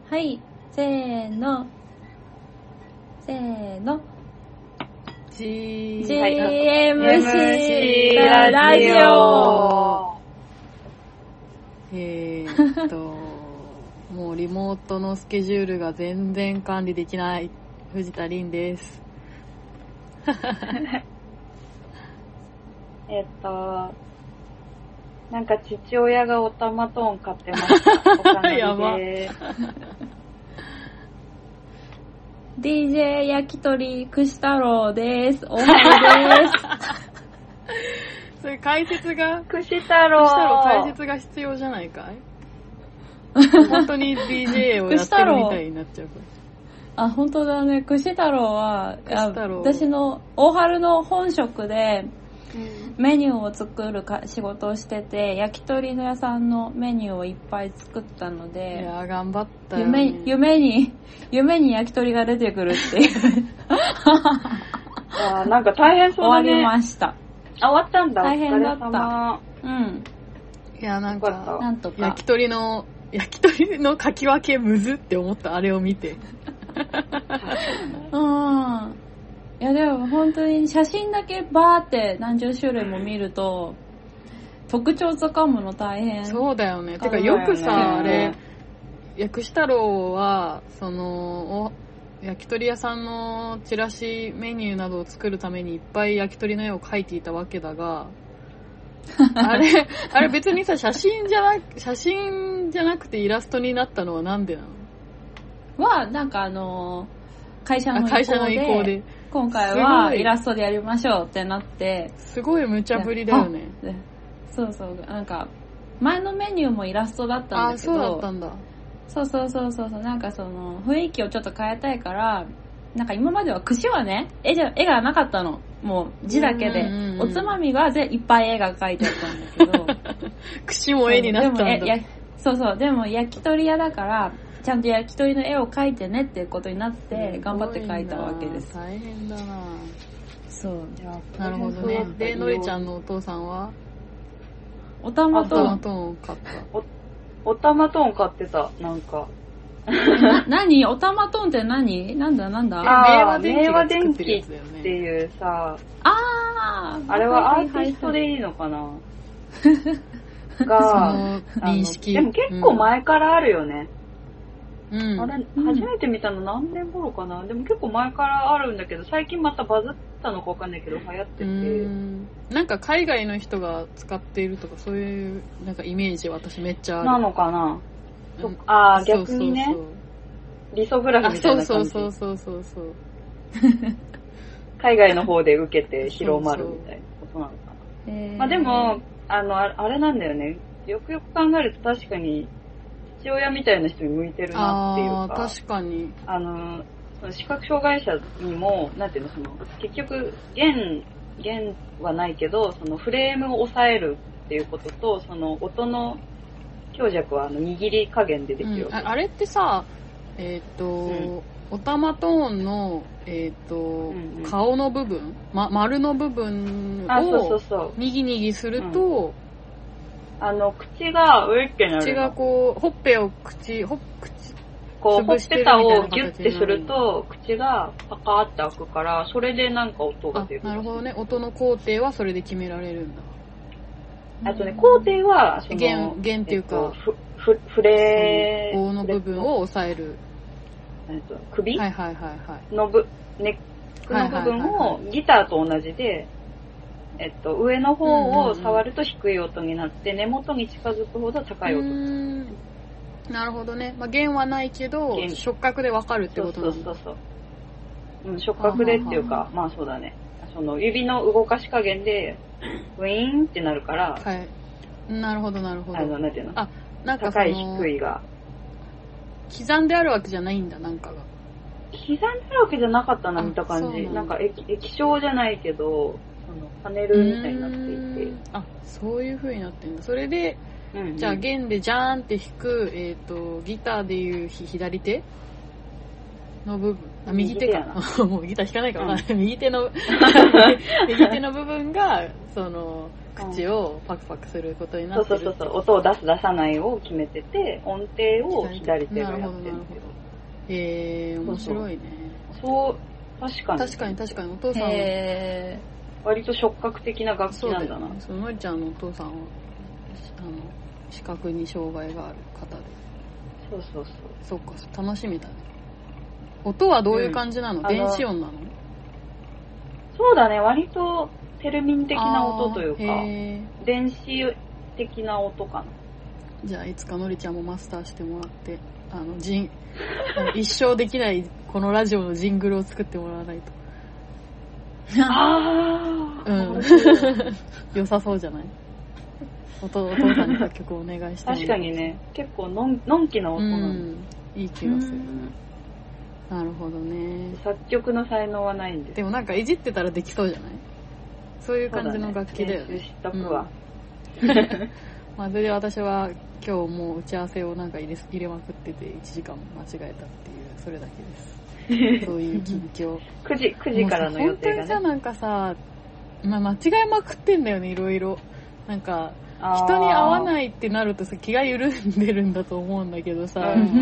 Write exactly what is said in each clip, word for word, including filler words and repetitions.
はい、せーのせーの G... ジーエムシー ラジオ。 えーっともうリモートのスケジュールが全然管理できない藤田凛ですえっとなんか父親がオタマトーン買ってましたおかやばでディージェー 焼き鳥串太郎です。おはようですそれ解説が串太郎串太郎解説が必要じゃないかい本当に ディージェー をやってるみたいになっちゃうからあ、本当だね。串太郎は串太郎私の大春の本職でうん、 メニューを作るか仕事をしてて、焼き鳥の屋さんのメニューをいっぱい作ったので、 いや頑張ったよ、ね、 夢, 夢に夢に焼き鳥が出てくるっていうあなんか大変そうだね。 終わりました。 あ、終わったんだ。 大変だった。 お疲れ様。 うん。 いやなんかなんとか焼き鳥の焼き鳥のかき分けむずって思ったあれを見てうん。いやでも本当に写真だけバーって何十種類も見ると特徴つかむの大変。 そうだよね。てかよくさ、あれ薬師太郎はその焼き鳥屋さんのチラシメニューなどを作るためにいっぱい焼き鳥の絵を描いていたわけだがあれあれ別にさ写真じゃな写真じゃなくてイラストになったのはなんでなの？ はなんかあの会社の意向で、 会社の意向で今回はイラストでやりましょうってなって、 すごい無茶ぶりだよね。 そうそう、なんか前のメニューもイラストだったんだけど、 あ、そうだったんだ。 そうそうそうそう、なんかその雰囲気をちょっと変えたいから、なんか今までは串はね、絵じゃ絵がなかったの、もう字だけで、うんうんうん、おつまみがぜいっぱい絵が描いてあったんだけど、 串も絵になったんだ。 でもやそうそう、でも焼き鳥屋だから。ちゃんと焼き鳥の絵を描いてねっていうことになって頑張って描いたわけです。 大変だな。 そう。 なるほどね。で、のりちゃんのお父さんはおたまトーン。 おたまトーン買った。 お、おたまトーン買ってた。なんか。 な、何？おたまトーンって何？なんだなんだ？ あー、明和電機っていうさ。 あー。 あれはアーティストでいいのかなが、 認識。 でも結構前からあるよね。 うん、 あれ、初めて見たの何年頃かな、うん、でも結構前からあるんだけど、最近またバズったのかわかんないけど流行ってて。 うんなんか海外の人が使っているとかそういうなんかイメージ私めっちゃある。 なのかな、うん、ああ、逆にね。そうそうそうリソグラフみたいな感じ。 そうそうそうそうそう海外の方で受けて広まるみたいなことなのかな。そうそうまあでも、あの、あれなんだよね。よくよく考えると確かに、父親みたいな人に向いてるなっていうか。 あ確かに。 あの、その視覚障害者にも、なんていうの、その、結局、弦、弦はないけど、そのフレームを抑えるっていうことと、その音の強弱はあの握り加減でできる、 うん、あ, あれってさ、えっ、ー、と、うん、オタマトーンの、えっ、ー、と、うんうん、顔の部分、ま、丸の部分を、にぎにぎすると、うんあの、口がういってなるの。 口がこう、ほっぺを口、ほっ、口、 こう、ほっぺたをギュッてすると、口がパカーって開くから、それでなんか音が出る。 なるほどね。音の工程はそれで決められるんだ。 あとね、工程は、その、 弦、弦っていうか、えっと、 ふ、ふ、フレー、棒の部分を押さえる。 えっと、首はいはいはいはい。 のぶ、ネックの部分をギターと同じで、えっと、上の方を触ると低い音になって、うんうんうん、根元に近づくほど高い音。 なるほどね。まあ、弦はないけど、触覚でわかるってことなんだ。 そうそうそうそう。うん、触覚でっていうか、まあそうだね。その指の動かし加減で、ウィーンってなるから。 はい。なるほどなるほど。 あの、なんていうの？ あ、なんか高い低いが。 刻んであるわけじゃないんだ、なんかが。 刻んであるわけじゃなかったな、見た感じ。な, なんか液、液晶じゃないけど、パネルみたいになっていて、 あ、そういう風になってんだ。それで、うんうん、じゃあ弦でジャーンって弾く、えっ、ー、とギターでいう左手の部分、あ、右手かもうギター弾かないから、うん、右手の右手の部分がその口をパクパクすることになってる。 そうそうそう、音を出す出さないを決めてて、音程を左手がやってるんですよ。 なるほどなるほど。へー、面白いね。 そう、確かに。 確かに確かにお父さんはへ割と触覚的な楽器なんだな。 そうだよね。そののりちゃんのお父さんはあの視覚に障害がある方で。 そうそうそう。 そうか、楽しみだね。音はどういう感じなの？ うん、 電子音なの？ そうだね、割とテルミン的な音というか、 へ電子的な音かな。 じゃあいつかのりちゃんもマスターしてもらって、あのジンあの一生できないこのラジオのジングルを作ってもらわないと。 あうん。良さそうじゃない？お父お父さんに作曲をお願いして。 確かにね、結構のんのんきな音なの、うん、 いい気がする。なるほどね。 作曲の才能はないんです。 でもなんかいじってたらできそうじゃない？そういう感じの楽器だよね。 練習しとくわ。 うん、まあそれで私は今日もう打ち合わせをなんか入れ入れまくってていちじかん間違えたっていうそれだけです。そういう近況。 くじくじからの予定がね。 本当にさなんかさ、まあ、間違えまくってんだよねいろいろ。なんか人に会わないってなるとさ気が緩んでるんだと思うんだけどさ、 うんうんうん、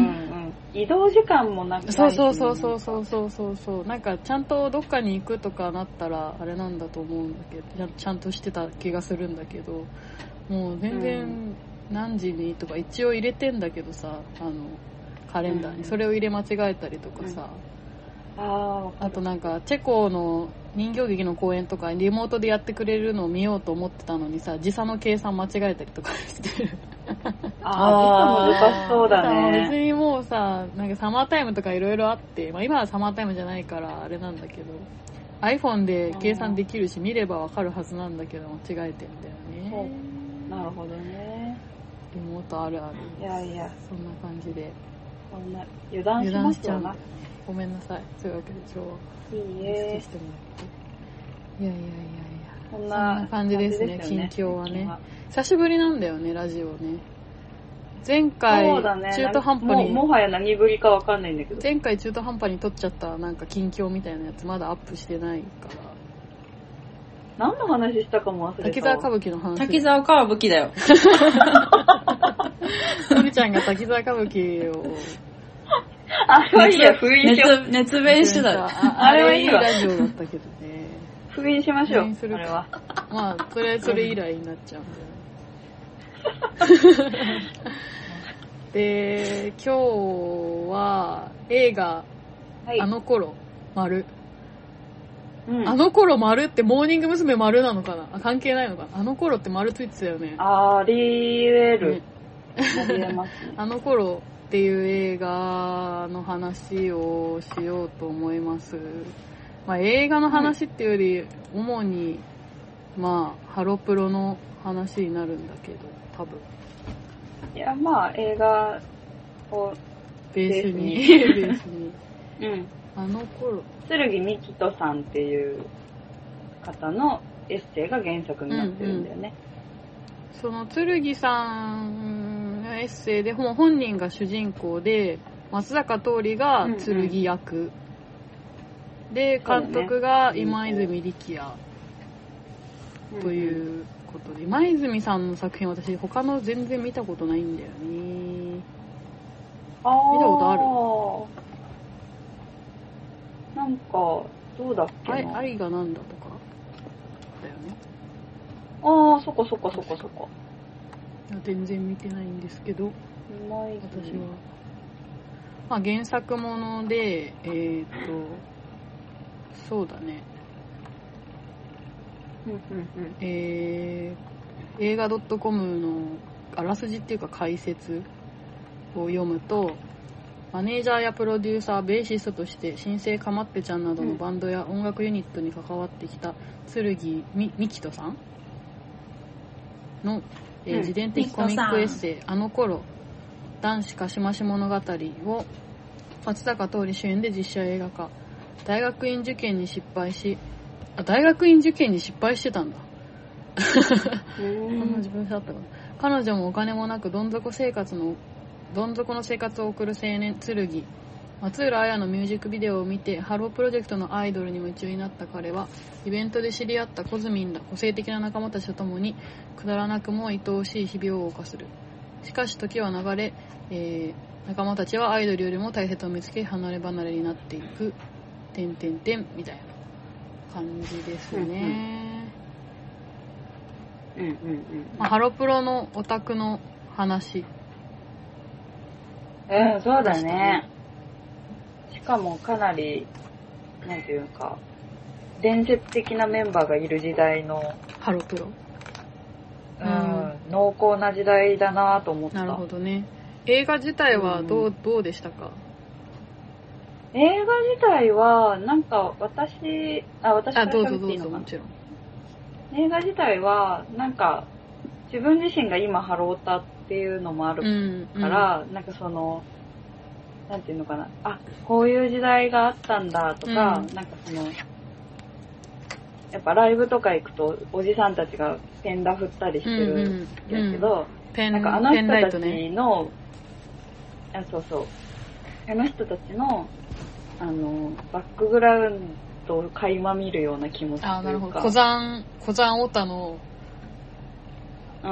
移動時間もなく、ね、 そうそうそうそうそうそうそうそうなんかちゃんとどっかに行くとかなったらあれなんだと思うんだけどちゃんとしてた気がするんだけどもう全然何時にとか一応入れてんだけどさあのカレンダーにそれを入れ間違えたりとかさ、 うん、あ, あとなんかチェコの人形劇の公演とかリモートでやってくれるのを見ようと思ってたのにさ時差の計算間違えたりとかしてるああ難しそうだね。 別にもうさなんかサマータイムとかいろいろあって、まあ、今はサマータイムじゃないからあれなんだけど iPhone で計算できるし見ればわかるはずなんだけど間違えてんだよね。 なるほどね。 リモートあるある。 いやいやそんな感じでそんな油断しますよな。 ごめんなさい。そういうわけで今日はいいえしてもらっていやいやいやいやそんな, そんな感じですね。 ですね近況はね久しぶりなんだよねラジオね。前回中途半端にも, もはや何ぶりかわかんないんだけど前回中途半端に撮っちゃったなんか近況みたいなやつまだアップしてないから何の話したかも忘れた。 滝沢歌舞伎の話。 滝沢歌舞伎だよのりちゃんが滝沢歌舞伎をあ、そういや、封印しよう。 熱弁してた。 あれはいいわ。 ラジオだったけどね。 封印しましょう。あれは。 まあ、それ、それ以来になっちゃうんだよね。で、今日は映画、はい、あの頃、丸。うん、あの頃丸ってモーニング娘。丸なのかなあ、関係ないのかなあの頃って丸ついてたよね。 あり得る。ね、あり得ますね。 あの頃っていう映画の話をしようと思います。まあ映画の話っていうより、うん、主に、まあハロプロの話になるんだけど、多分。 いや、まあ映画をベースに。ベースに。 うん。 あの頃。 剣美希人さんっていう方のエッセイが原作になってるんだよね。 うんうん、その剣さんのエッセイでもう本人が主人公で松坂桃李が剣役、うんうん、で監督が今泉力也ということで、うんうん、今泉さんの作品私他の全然見たことないんだよね。 あ見たことある？ なんかどうだっけな。 愛がなんだとかだよね。 ああ、そこそこそこそこ。 全然見てないんですけど、 私は、まあ、原作もので、えー、っとそうだね、えー、映画 .com のあらすじっていうか解説を読むと、マネージャーやプロデューサー、ベーシストとして新生かまってちゃんなどのバンドや音楽ユニットに関わってきた剣みみきとさんの、えー、自伝的コミックエッセイ、うん、あの頃男子かしまし物語を松坂桃李主演で実写映画化。大学院受験に失敗し、あ、大学院受験に失敗してたんだ。そんな自分だったかな。彼女もお金もなくどん底生活のどん底の生活を送る青年剣松浦綾のミュージックビデオを見てハロープロジェクトのアイドルに夢中になった彼は、イベントで知り合ったコズミンら個性的な仲間たちと共にくだらなくも愛おしい日々を謳歌する。しかし時は流れ、えー、仲間たちはアイドルよりも大切を見つけ離れ離れになっていくてんてんてんみたいな感じですね。 うんうんうんうん、 まあ、ハロプロのオタクの話。 うん、そうだね。しかもかなり、なんていうか、伝説的なメンバーがいる時代の、 ハロプロ。 うん、うん、濃厚な時代だなと思った。 なるほどね。映画自体はどう、うん、どうでしたか？ 映画自体は、なんか私、あ、私から喋っていいのかな？ もちろん。 映画自体は、なんか、自分自身が今ハロータっていうのもあるから、うんうん、なんかその、なんていうのかな、あ、こういう時代があったんだとか、うん、なんかその、やっぱライブとか行くと、おじさんたちがペンダ振ったりしてるんですけど、うんうん、なんかあの人たちの、ね、あ、そうそう、あの人たちの、あの、バックグラウンドを垣間見るような気持ちというか。 あ、なるほど。小山、小山オタの、 うん。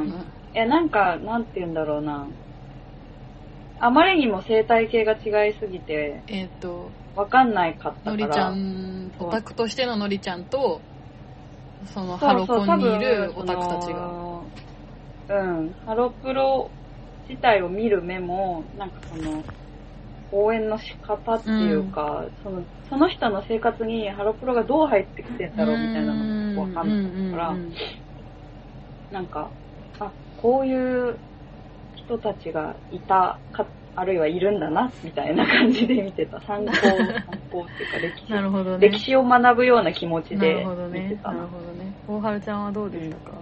いや、なんか、なんて言うんだろうな。あまりにも生態系が違いすぎて、 えっと、 わかんないかったから。 のりちゃん、オタクとしてののりちゃんと、そのハロコンにいるオタクたちが。 うん。ハロプロ自体を見る目も、なんかその、応援の仕方っていうか、うん、その、その人の生活にハロプロがどう入ってきてんだろうみたいなのがわかんないから、なんか、あ、こういう人たちがいたか、あるいはいるんだな、みたいな感じで見てた。参考、参考っていうか歴史、 なるほどね、 歴史を学ぶような気持ちで見てた。 なるほどね。なるほどね。大春ちゃんはどうでしたか？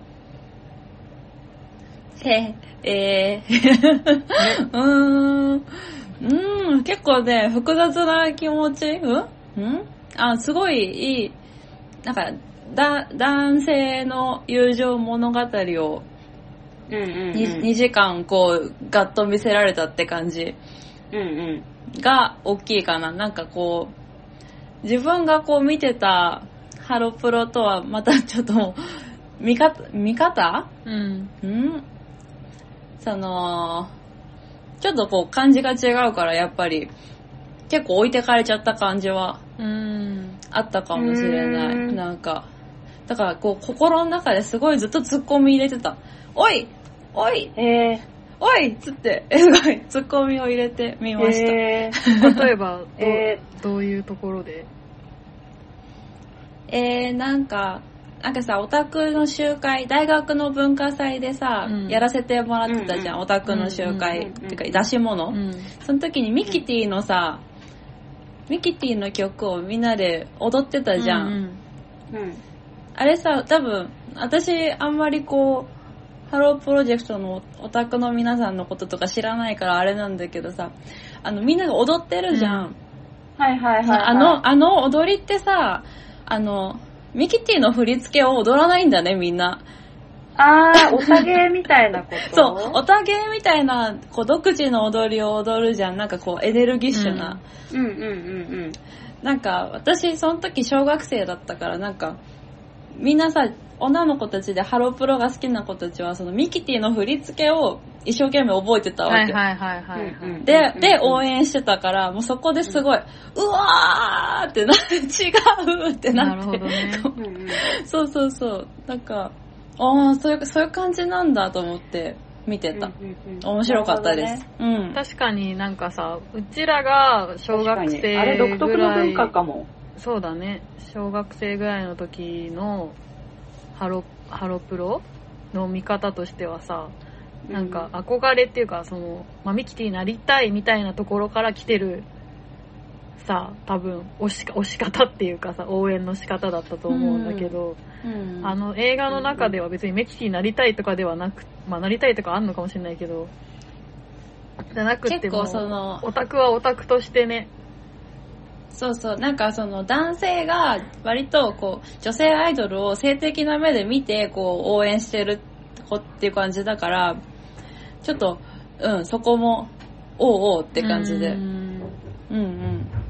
うん、え、えー、うーん、うーん、結構ね、複雑な気持ち、うんんあ、すごいいい、なんか、だ、男性の友情物語を、 うんうんうん、 に, にじかんこうガッと見せられたって感じが大きいかな。なんかこう自分がこう見てたハロプロとはまたちょっともう見方見方、 うん、 うんそのちょっとこう感じが違うからやっぱり結構置いてかれちゃった感じはあったかもしれない。なんかだからこう心の中ですごいずっとツッコミ入れてた。おいおいえー、 おいっつって、すごいツッコミを入れてみました。 えー、例えばど、えー、どういうところで？ えー、なんか、なんかさ、オタクの集会、大学の文化祭でさ、うん、やらせてもらってたじゃん、うんうん、オタクの集会、うんうん、っていうか出し物、うん、その時にミキティのさ、ミキティの曲をみんなで踊ってたじゃん。 うんうん、 あれさ、多分、私あんまりこう、ハロープロジェクトのオタクの皆さんのこととか知らないからあれなんだけどさ、あのみんなが踊ってるじゃん。うん、 はいはいはい、はい。 あの、あの踊りってさ、あの、ミキティの振り付けを踊らないんだね、みんな。 あー、オタゲーみたいなことそう、オタゲーみたいな、こう、独自の踊りを踊るじゃん。なんかこう、エネルギッシュな。 うん、うんうんうんうん。 なんか、私、その時小学生だったから、なんか、みんなさ、女の子たちでハロプロが好きな子たちはそのミキティの振り付けを一生懸命覚えてたわけ。 はいはいはいはい、はい、 で、で応援してたからもうそこですごい、うん、うわーってなって違うってなって。なるほどね。そうそうそう。なんかああそういうそういう感じなんだと思って見てた。面白かったです。ね、うん。 確かになんかさうちらが小学生ぐらいあれ独特の文化かも。 そうだね。小学生ぐらいの時のハロ、ハロプロの見方としてはさ、なんか憧れっていうか、その、まあ、ミキティになりたいみたいなところから来てる、さ、多分、押し、押し方っていうかさ、応援の仕方だったと思うんだけど、 うんうん、 あの映画の中では別にミキティになりたいとかではなく、まあなりたいとかあんのかもしれないけど、じゃなくても、 結構その、 オタクはオタクとしてね、 そうそう、なんかその男性が割とこう女性アイドルを性的な目で見てこう応援してる子っていう感じだからちょっとうんそこもおうおうって感じで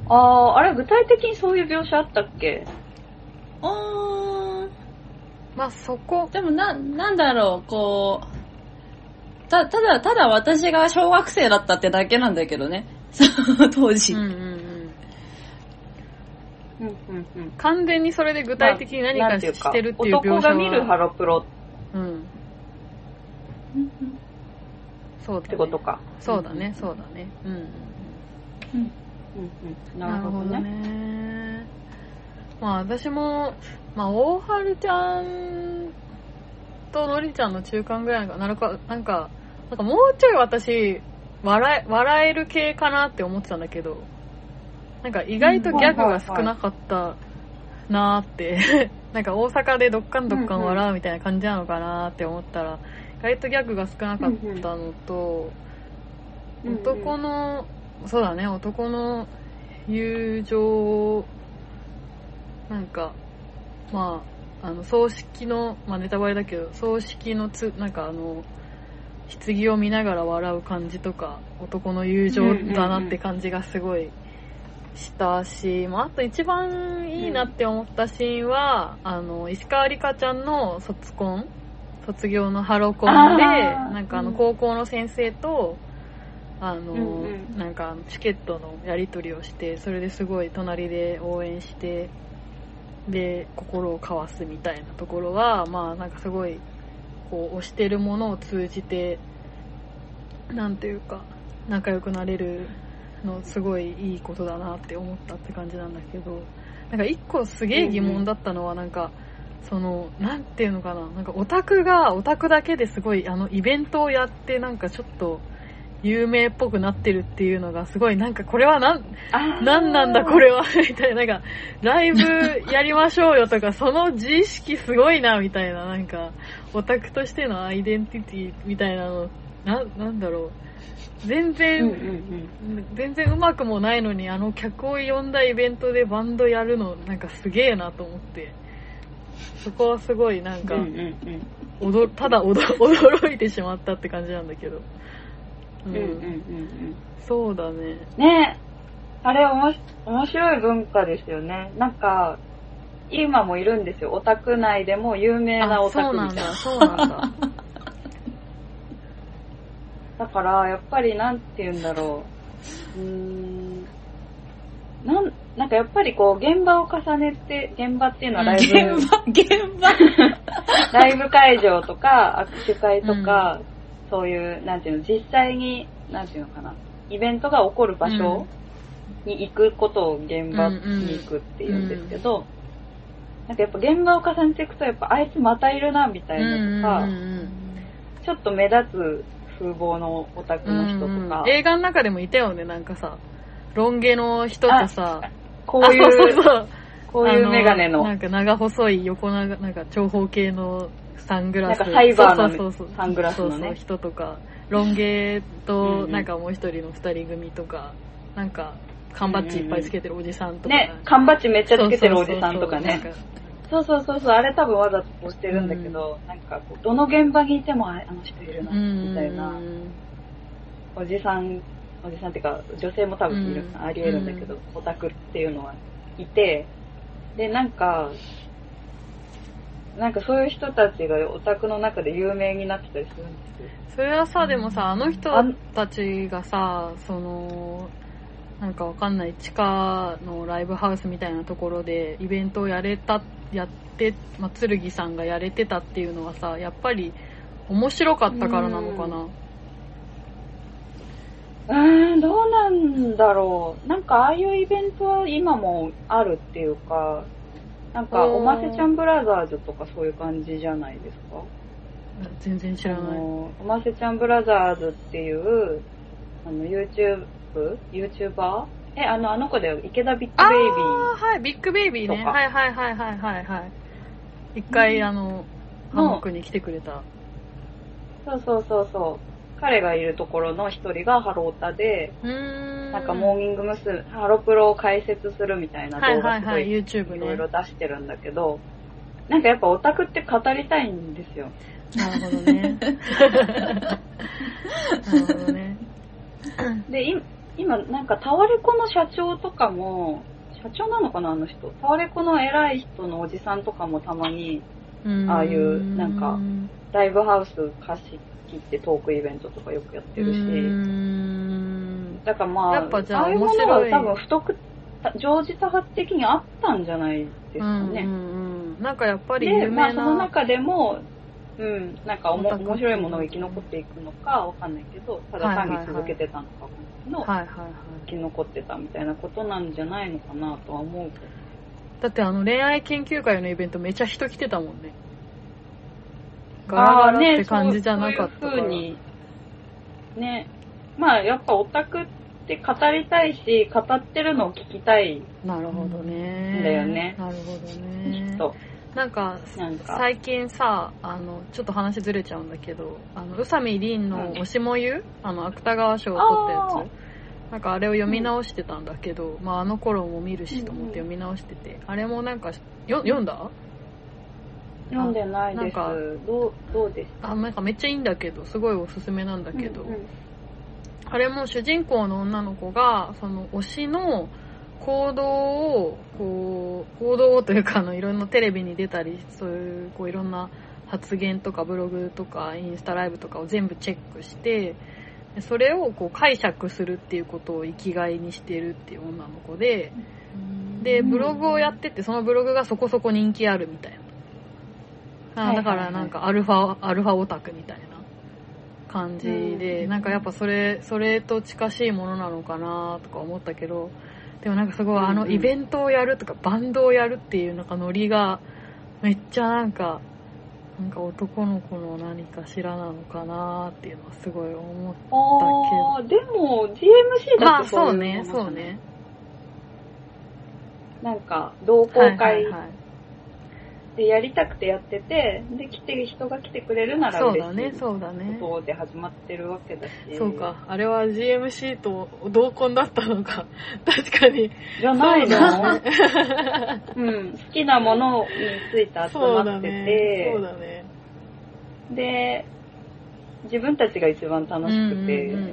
あー、あれ具体的にそういう描写あったっけ？ うーん。 まあそこ。 でもな、なんだろう、こう、た、ただ、ただ私が小学生だったってだけなんだけどね。当時。 うんうんうん。 うんうんうん。 完全にそれで具体的に何かしてるっていう描写は、 男が見るハロプロ。 うん。そうだね。 ってことか。 そうだね、そうだね。うん。うんうんうん。なるほどね。 ね。まあ私も、まあ大春ちゃんとのりちゃんの中間ぐらいかな、なんか、なんか、なんかもうちょい私、笑え、笑える系かなって思ってたんだけど、なんか意外とギャグが少なかったなーって、なんか大阪でどっかんどっかん笑うみたいな感じなのかなーって思ったら、意外とギャグが少なかったのと、男の、そうだね、男の友情、なんか、まあ、あの、葬式の、まあネタバレだけど、葬式のつ、なんかあの、棺を見ながら笑う感じとか、男の友情だなって感じがすごいしたし、まああと一番いいなって思ったシーンは、あの、石川里香ちゃんの卒コン、卒業のハロコンで、なんかあの、高校の先生と、あの、うんうん、なんかチケットのやり取りをして、それですごい隣で応援して、で、心を交わすみたいなところは、まあなんかすごい、こう、推してるものを通じて、なんていうか、仲良くなれるのすごいいいことだなって思ったって感じなんだけど、なんか一個すげえ疑問だったのは、なんか、その、なんていうのかな、なんかオタクが、オタクだけですごい、あの、イベントをやって、なんかちょっと、有名っぽくなってるっていうのがすごい、なんかこれはなん、なんなんだこれはみたいな、なんか、ライブやりましょうよとか、その自意識すごいな、みたいな、なんか、オタクとしてのアイデンティティみたいなの、な、なんだろう。全然、うんうんうん、全然うまくもないのに、あの客を呼んだイベントでバンドやるの、なんかすげえなと思って、そこはすごいなんか、うんうんうん、ただ驚いてしまったって感じなんだけど。うんうんうんうん、そうだね。 ねあれおもし面白い文化ですよね。なんか今もいるんですよ。オタク内でも有名なオタクみたいな。 そうなんだ。そうなんだ。 だからやっぱりなんて言うんだろう。うーん。なんなんかやっぱりこう現場を重ねて、現場っていうのはライブ、 現場現場ライブ会場とか握手会とか。うんそういう、なんていうの、実際に、なんていうのかな、イベントが起こる場所に行くことを現場に行くっていうんですけど、うんうん、なんかやっぱ現場を重ねていくと、やっぱあいつまたいるな、みたいなとか、うんうんうん、ちょっと目立つ風貌のオタクの人とか、うんうん。 映画の中でもいたよね、なんかさ、ロン毛の人とさ、 こういう、そうそうそうこういうメガネの。 なんか長細い横長、なんか長方形の、サングラス。 なんかサイバーのサングラスのね。 そうそう人とか、ロン毛となんかもう一人の二人組とか、なんか缶バッジいっぱいつけてるおじさんとか。 ね、缶バッジめっちゃつけてるおじさんとかね。そうそうそうそう、あれ多分わざとこうしてるんだけど、うん、なんかこうどの現場にいてもあの人いるな、みたいな。おじさん、おじさんっていうか女性も多分いる、うん、あり得るんだけど、オタクっていうのはいて、で、なんか、なんかそういう人たちがオタクの中で有名になってたりするんですよ。 それはさ、でもさ、あの人たちがさ、その、なんかわかんない地下のライブハウスみたいなところでイベントをやれた、やって、まあ、剣さんがやれてたっていうのはさ、やっぱり面白かったからなのかな。 うーん、どうなんだろう。なんかああいうイベントは今もあるっていうか、なんか、おませちゃんブラザーズとかそういう感じじゃないですか？ 全然知らない。 おませちゃんブラザーズっていう、あの、YouTube、YouTuber？ え、あの、あの子だよ、池田ビッグベイビー。あー、はい、ビッグベイビーね。はいはいはいはいはいはい。一回、うん、あの、ハンモックに来てくれた。 そうそうそうそう。彼がいるところの一人がハロータで、うーんなんかモーニング娘。ハロプロを解説するみたいな動画すごいいろいろ出してるんだけど、なんかやっぱオタクって語りたいんですよ。 なるほどね。なるほどね。 で、 今なんかタワレコの社長とかも、社長なのかなあの人。タワレコの偉い人のおじさんとかもたまに、ああいうなんかライブハウス貸し切ってトークイベントとかよくやってるし、だからまあ、 やっぱじゃあああいうものは多分太く、常時多発的にあったんじゃないですかね。 うんうんうん、なんかやっぱりで、 有名な、 まあその中でも、うん、なんかおも面白いものが生き残っていくのかわかんないけど、ただ単に続けてたのかわかんないけど、 はいはいはい、 生き残ってたみたいなことなんじゃないのかなとは思うけど。 だってあの恋愛研究会のイベントめっちゃ人来てたもんね。ガラガラって感じじゃなかったから。 ああね、そういう風にね、まあやっぱオタクって語りたいし、語ってるのを聞きたい。 なるほどね。 だよね。 なるほどね。 きっと。 なんか、なんか最近さ、あの、ちょっと話ずれちゃうんだけど、あの、宇佐美凛の推しもゆ、あの、芥川賞を取ったやつ。なんかあれを読み直してたんだけど、うん、まああの頃も見るしと思って読み直してて、あれもなんか、よ読んだ？ 読んでないです。なんかどう、どうですか？ あ、なんかめっちゃいいんだけど、すごいおすすめなんだけど、うんうん、あれも主人公の女の子が、その推しの行動を、こう、行動をというか、あの、いろんなテレビに出たり、そういう、こう、いろんな発言とかブログとかインスタライブとかを全部チェックして、それをこう解釈するっていうことを生きがいにしてるっていう女の子で、で、ブログをやってて、そのブログがそこそこ人気あるみたいな。あ、だからなんかアルファ、アルファオタクみたいな感じで、なんかやっぱそれ、それと近しいものなのかなとか思ったけど、でもなんかすごいあのイベントをやるとかバンドをやるっていうなんかノリがめっちゃなんか、なんか男の子の何かしらなのかなっていうのはすごい思ったけど。 あー、でも ジーエムシー だってそういうもの、まあ、そうね、そうね。 なんか同好会でやりたくてやってて、で来て人が来てくれるなら嬉しい。そうだね、そうだね。ことで始まってるわけだし。 そうか、あれは ジーエムシー と同梱だったのか。確かに。 じゃないの？うん、好きなものについて集まってて、そうだね。そうだね。で、自分たちが一番楽しくて、うんうんうんうん、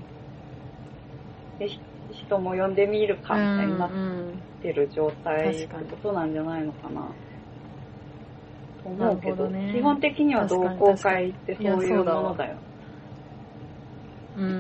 で人も呼んでみるかみたいになってる状態ってことなんじゃないのかな。と思うけど、ね、基本的には同好会ってそういうものだよ。 うーん。うんうん。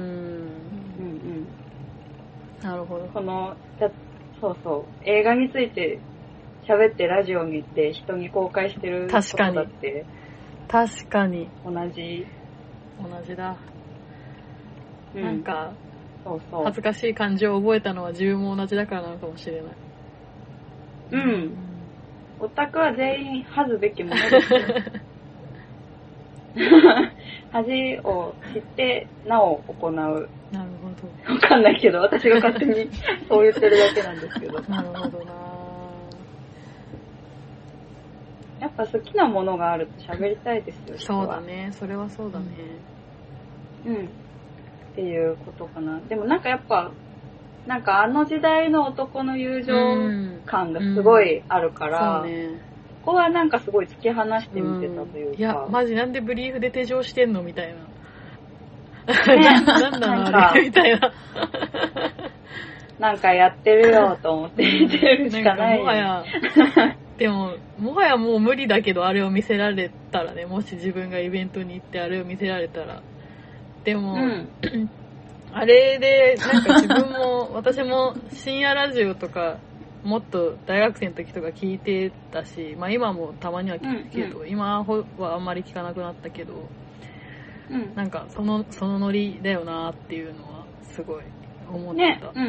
なるほど。 この、だそうそう、映画について喋ってラジオに行って人に公開してることだって。 確かに。 同じ。 同じだ。うん、なんか、そうそう。恥ずかしい感情を覚えたのは自分も同じだからなのかもしれない。 うん。うんオタクは全員恥ずべきものですよ。恥を知ってなお行う。なるほど。わかんないけど、私が勝手にそう言ってるだけなんですけど。 なるほどなやっぱ好きなものがあると喋りたいですよ、 そうだね、それはそうだね。 うん。っていうことかな。でもなんかやっぱ、なんかあの時代の男の友情感がすごいあるから、うんうんそうね、ここはなんかすごい突き放してみてたというか。うん、 いや、マジなんでブリーフで手錠してんのみたいな。ね、なんだろうあれみたいな。 なんかやってるよと思って見てるしかない。 もはや、でも、もはやもう無理だけどあれを見せられたらね、もし自分がイベントに行ってあれを見せられたら。でも、うんあれで、なんか自分も、私も深夜ラジオとか、もっと大学生の時とか聞いてたし、まあ今もたまには聞くけど、うんうん、今はあんまり聞かなくなったけど、うん、なんかその、そのノリだよなっていうのはすごい思ってた。 ね、うんうん。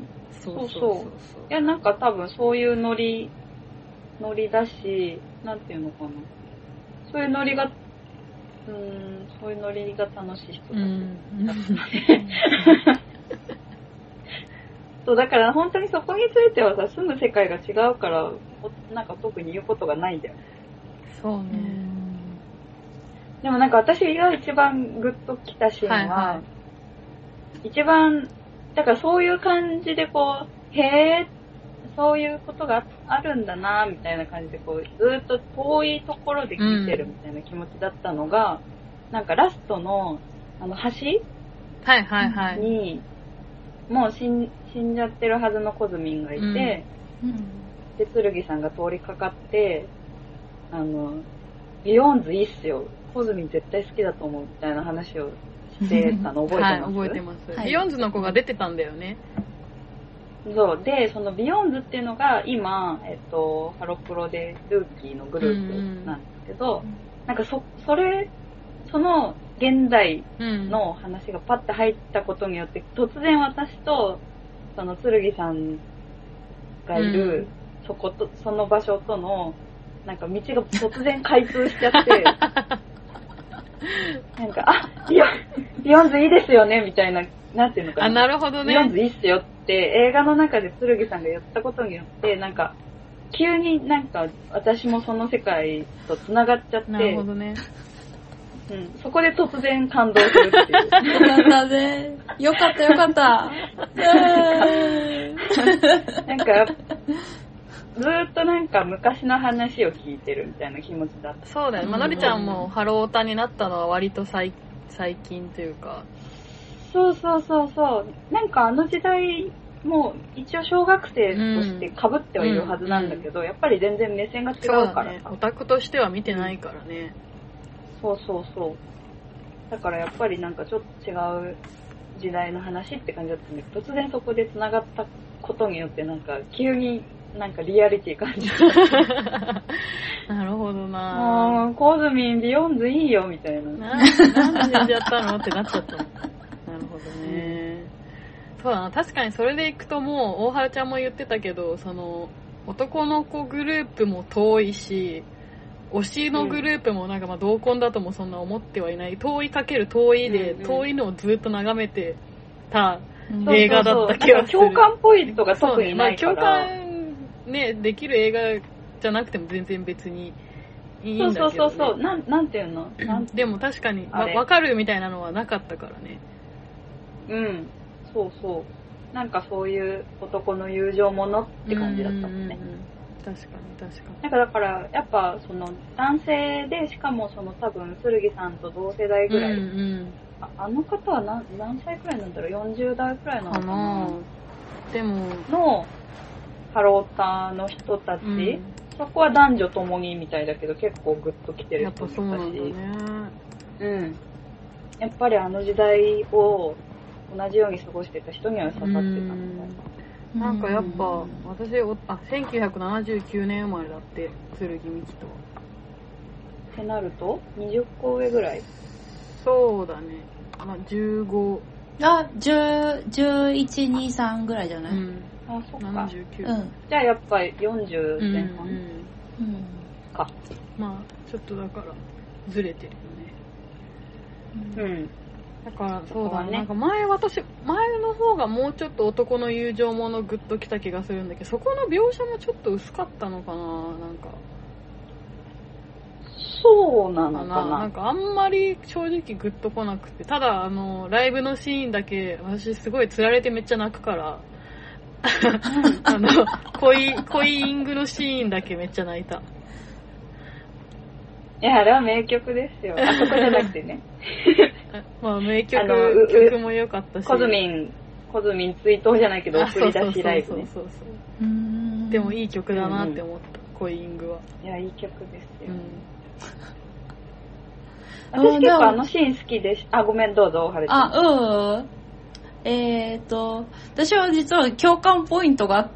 そうそうそうそう。いや、なんか多分そういうノリ、ノリだし、なんていうのかな。そういうノリが、うーん、そういうノリが楽しい人だ、うん、そうだから本当にそこについてはさ、住む世界が違うからなんか特に言うことがないんだよ。 そうね。 でもなんか私が一番グッときたシーンは、はいはい、一番だからそういう感じでこう、へーそういうことがあるんだなみたいな感じでこうずっと遠いところで聞いてるみたいな気持ちだったのが、うん、なんかラストのあの橋はいはいはいにもう死ん、死んじゃってるはずのコズミンがいて、うん、で、剣さんが通りかかって、あの、ビヨンズいいっすよ。コズミン絶対好きだと思うみたいな話をしてたの覚えてます？はい、 覚えてます。はい、ビヨンズの子が出てたんだよね。 そう。で、そのビヨンズっていうのが今、えっと、ハロプロでルーキーのグループなんですけど、うんうん、なんかそ、それ、その現代の話がパッて入ったことによって、うん、突然私と、その剣さんがいる、うん、そこと、その場所との、なんか道が突然開通しちゃって、なんか、あ、ビヨン、ビヨンズいいですよね、みたいな、なんていうのかな。 あ、なるほどね。 ビヨンズいいっすよって映画の中で剣さんが言ったことによって、なんか、急になんか私もその世界と繋がっちゃって、 なるほどね。 うん、そこで突然感動するっていう。よかったね。よかったよかった。 なんか、ずーっとなんか昔の話を聞いてるみたいな気持ちだった。 そうだよ。まあのりちゃんもハロータになったのは割と最最近というか。 そうそうそうそう。なんかあの時代も一応小学生として被ってはいるはずなんだけど、うんうん、やっぱり全然目線が違うからさ。 ね、オタクとしては見てないからね。 そうそうそう。だからやっぱりなんかちょっと違う時代の話って感じだったんだけど、突然そこで繋がったことによってなんか急になんかリアリティ感じた。 なるほどなぁ。もう、コズミン、ビヨンズいいよ、みたいな。 な、なんで死んじゃったのってなっちゃったの。なるほどね。そうだな、確かにそれでいくともう、大原ちゃんも言ってたけど、その、男の子グループも遠いし、推しのグループもなんかまあ同梱だともそんな思ってはいない。遠いかける遠いで、うんうん、遠いのをずっと眺めてた映画だった気がする。 そうそうそう、共感ポイントが特にないから。 そうね、まあ、共感ね、できる映画じゃなくても全然別にいいんだけど、ね、 そうそうそうそう、なん、なんていうのなんていうのでも確かに、わ、わかるみたいなのはなかったからね。 うん、そうそう。なんかそういう男の友情ものって感じだったもんね。うんうんうん、 確かに確かに。 なんかだから、やっぱその男性で、しかもその多分、剣さんと同世代ぐらい。うんうん、あ, あの方は何、何歳くらいなんだろう ?よんじゅう 代くらいなのかな、かなでも、 の、ハロータの人たち、うん、そこは男女ともにみたいだけど結構グッと来てる人もいたし、やっぱそうなんだね。うん。やっぱりあの時代を同じように過ごしてた人には刺さってたみたいな。 なんかやっぱ私あせんきゅうひゃくななじゅうきゅうねん生まれだって剣美希と。 ってなるとにじゅっこ上ぐらい。 そうだね。まあじゅうご。 あ、じゅう、じゅういち、に、さんぐらいじゃない？うん、 あ、そっか。 ななじゅうきゅう。 うん。 じゃあやっぱりよんじゅう前半、 うんうん、 か。 まあちょっとだからずれてるよね。うん。うんだからそうだね。なんか前私前の方がもうちょっと男の友情ものグッときた気がするんだけど、そこの描写もちょっと薄かったのかな、なんか。 そうなのかな。 なんかあんまり正直グッとこなくて、ただあのライブのシーンだけ私すごい釣られてめっちゃ泣くからあの恋恋イングのシーンだけめっちゃ泣いた。 いや、あれは名曲ですよ。あそこじゃなくてね。 まあ名曲、曲も良かったし。 コズミン、コズミン追悼じゃないけど送り出しライブね。 そうそうそうそう。でもいい曲だなって思った、うん、コイングは。 いや、いい曲ですよ。うん、私結構あのシーン好きでし、あ、ごめん、どうぞ、はるちゃん。 あ、うん。えーと、私は実は共感ポイントがあって。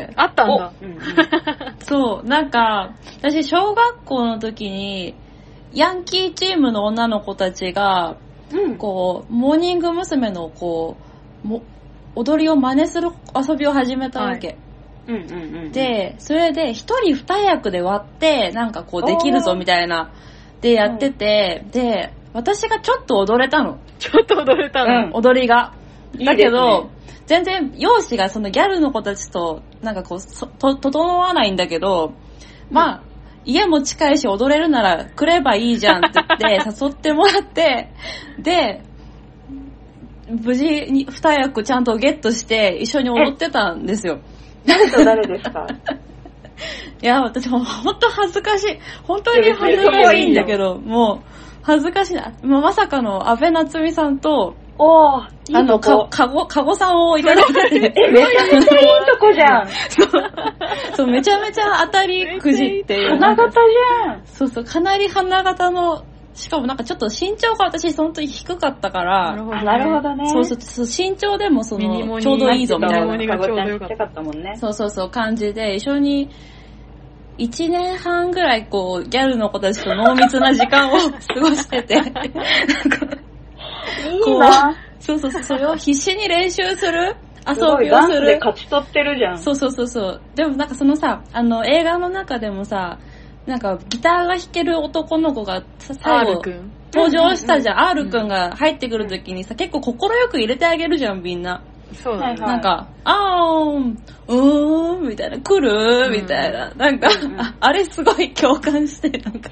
あったんだ。 うんうん、そう、なんか、私小学校の時に、ヤンキーチームの女の子たちが、うん、こう、モーニング娘。のこう、も踊りを真似する遊びを始めたわけ。 はい、うんうんうんうん、で、 それで一人二役で割って、なんかこうできるぞみたいな、でやってて、うん、で、私がちょっと踊れたの。 ちょっと踊れたの、 うん、踊りが。だけど、いいね、全然容姿がそのギャルの子たちとなんかこうと整わないんだけど、まあ、うん、家も近いし踊れるなら来ればいいじゃんって言って誘ってもらってで無事に二役ちゃんとゲットして一緒に踊ってたんですよ。 誰と誰ですか？ いや私も本当恥ずかしい、本当に恥ずかしいんだけど、もう恥ずかしいな。まさかの安倍夏実さんとおー、いあの、 いとこ。 か、かご、かごさんをいただいてて。 え、めちゃめちゃいいとこじゃん。 そう、めちゃめちゃ当たりくじっていう。 花形じゃん。 そうそう、かなり花形の、しかもなんかちょっと身長が私本当に低かったから、 なるほどね。なるほどね。 そうそうそう、身長でもその、ちょうどいいぞみたいな。 ミニモニがちょうどよかったもんね。 そうそうそう、感じで、一緒に、一年半ぐらいこう、ギャルの子たちと濃密な時間を過ごしてて、なんか、 いいな。 そうそうそう、それを必死に練習する遊びをする。 ダンスで勝ち取ってるじゃん。 そうそうそうそう。でもなんかそのさ、あの映画の中でもさ、なんかギターが弾ける男の子が最後登場したじゃん。R 君が入ってくるときにさ、結構心よく入れてあげるじゃん、みんな。 そうだね。 なんか、あーん、うーん、みたいな、来るみたいな。なんか、あ、あれすごい共感して、なんか。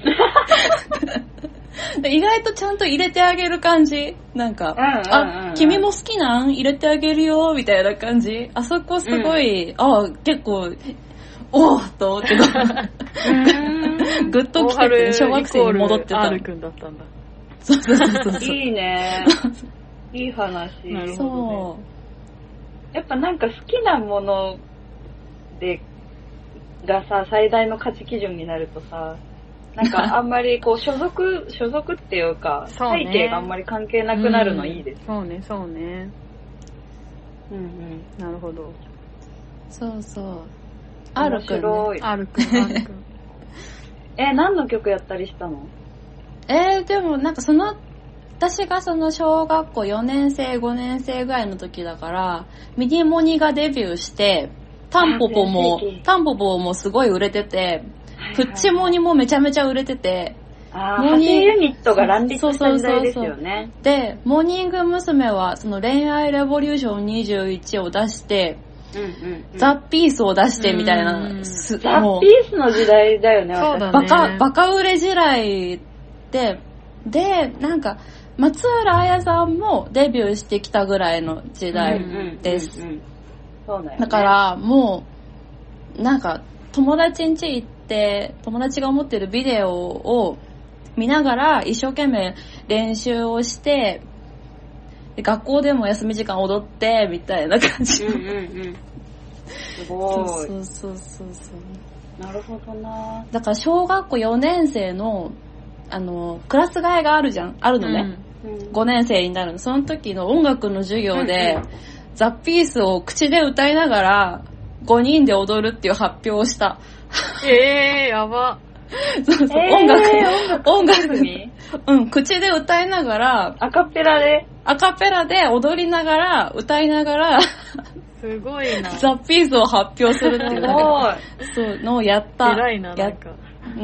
意外とちゃんと入れてあげる感じなんか、 うんうんうんうん、 あ、君も好きなん入れてあげるよみたいな感じあそこすごい、うん、あ、結構、おーっと思って、グッと来てて、小学生に戻ってた。 R 君だったんだ。 そうそうそうそう。 いいね。いい話。 なるほどね。 そう。 やっぱなんか好きなもので、がさ、最大の価値基準になるとさ、なんかあんまりこう所属、所属っていうか、背景があんまり関係なくなるのいいです。 そうね、そうね。 うんうん。 なるほど。 そうそう。 R 君、ね。 R 君、R 君。 え、何の曲やったりしたの？ えー、でもなんかその、私がその小学校よねん生、ごねん生ぐらいの時だから、ミニモニがデビューして、タンポポも、タンポポもすごい売れてて、プッチモニもめちゃめちゃ売れてて、 あー、モーニングユニットが乱立した時代ですよね。 で、モーニング娘。はその恋愛レボリューションにじゅういちを出して、 うんうんうん、 ザ・ピースを出してみたいな、 ザ・ピースの時代だよね、 そうだね。 バカ、バカ売れ時代で、で、なんか、松浦綾さんもデビューしてきたぐらいの時代です。だから、もう、なんか、友達ん家行って、友達が持ってるビデオを見ながら一生懸命練習をして、学校でも休み時間踊って、みたいな感じ。 うんうんうん。すごい。 そうそうそうそうなるほどな。 だから小学校よねん生の、あの、クラス替えがあるじゃん。あるのね。うん、ごねん生になるの。その時の音楽の授業で、うんうん、ザ・ピースを口で歌いながら、ごにんで踊るっていう発表をした。 えー、やば。 そうそう、えー、音楽、音楽に、うん、口で歌いながら、 アカペラでアカペラで踊りながら、歌いながら、 すごいな。 ザ・ピースを発表するっていうのそうのをやった。 偉いな、なんか。 うん。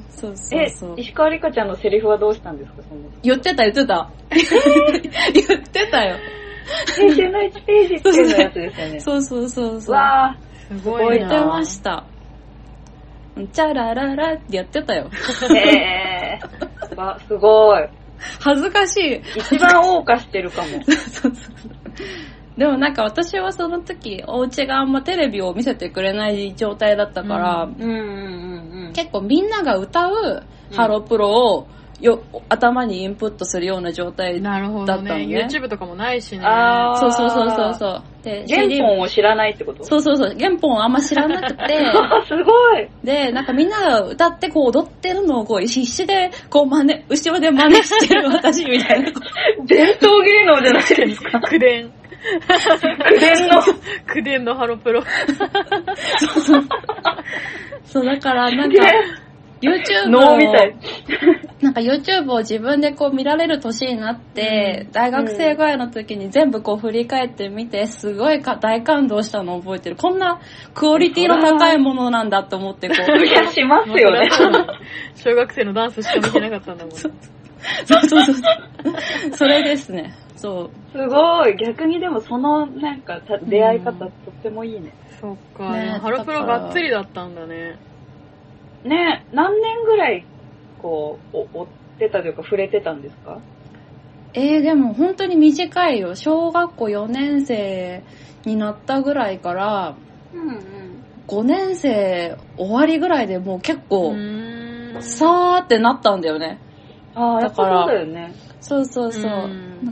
そうそうそう。 え、石川里香ちゃんのセリフはどうしたんですか、その言ってた、言ってた。言ってたよ。 青春のいちページっていうやつですよね。 そうそうそうそう。 わー、すごいな。 言ってました。チャラララってやってたよ。 へー。すごい。 恥ずかしい。 一番謳歌してるかも。 そうそうそう。でもなんか私はその時、お家があんまテレビを見せてくれない状態だったから、 うんうんうんうん、 結構みんなが歌うハロプロをよ頭にインプットするような状態だったのね。なるほどね。 YouTube とかもないしね。 あそうそうそうそうそう。で、 原本を知らないってこと？ そうそうそう。原本をあんま知らなくて。 すごい。 で、なんかみんなが歌ってこう踊ってるのをこう必死でこう真似、後ろで真似してる私みたいな。 伝統芸能じゃないですか。 口伝。 口伝の。 口伝のハロプロ。 そうそう。そう、だからなんか、YouTube を、 脳みたい。 なんか YouTube を自分でこう見られる年になって、うん、大学生ぐらいの時に全部こう振り返ってみて、すごいか大感動したのを覚えてる。こんなクオリティの高いものなんだと思ってこう。 いや、しますよね。 小学生のダンスしか見てなかったんだもん。 そうそうそうそう。それですね。そう。 すごい。逆にでもそのなんか出会い方とってもいいね。 うん、そっか、ね。ハロプロがっつりだったんだね。 ね、何年ぐらいこう追ってたというか触れてたんですか？ えー、でも本当に短いよ。小学校よねん生になったぐらいから、 うんうん、 ごねん生終わりぐらいでもう結構さーってなったんだよね。 ああ、だからそうだよね。 そうそうそう。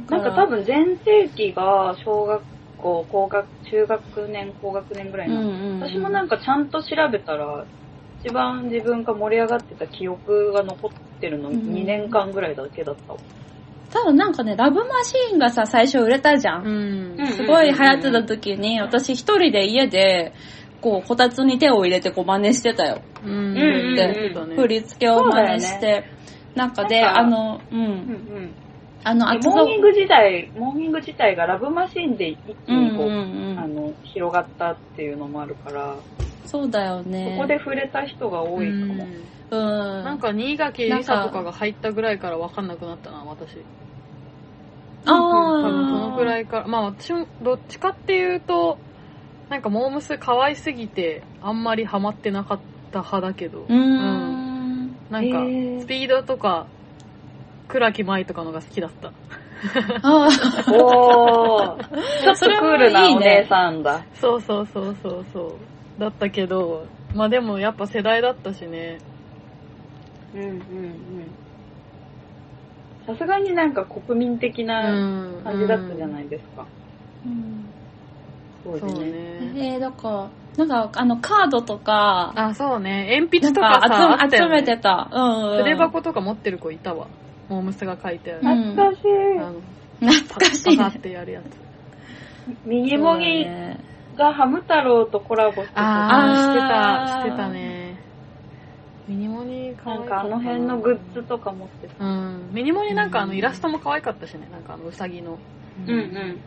なんか多分全盛期が小学校、高学、中学年、高学年ぐらいなんで、うんうんうん、私もなんかちゃんと調べたら、一番自分が盛り上がってた記憶が残ってるのにねんかんぐらいだけだったわ。 多分なんかね、ラブマシーンがさ、最初売れたじゃん。うん、すごい流行ってた時に、私一人で家で、こう、こたつに手を入れてこう真似してたよ。うん。で、振り付けを真似して。ね、なんかで、あの、うん。うんうん、 あの、モーニング時代、モーニング自体がラブマシーンで一気にこう、うんうんうん、あの、広がったっていうのもあるから。 そうだよね。 そこで触れた人が多いかも。 うん。なんか、新垣りさとかが入ったぐらいから分かんなくなったな、私。ああ。多分そのぐらいから。まあ私もどっちかっていうと、なんかモームス可愛すぎてあんまりハマってなかった派だけど。うん。うん、なんか、スピードとか、倉木舞とかのが好きだった。 ああ。おー。ちょっとクールなお姉さんだ。 そうそうそうそうそう。だったけど、まあでもやっぱ世代だったしね。 うんうんうん。さすがになんか国民的な感じだったじゃないですか。うん。そうですね。 えー、だから、なんかあのカードとか。 あ、そうね。鉛筆とかさ、 集, 集めてた。うん、うん。 筆箱とか持ってる子いたわ。モームスが書いてある。 懐かしい。 あの懐かしい。 パカってやるやつ。 ミニモニがハム太郎とコラボしてた。 ああ、してた、してたね。ミニモニ可愛かったな。 なんかあの辺のグッズとか持ってた。 うん。ミニモニなんかあのイラストも可愛かったしね。なんかあのウサギの。 うんうん。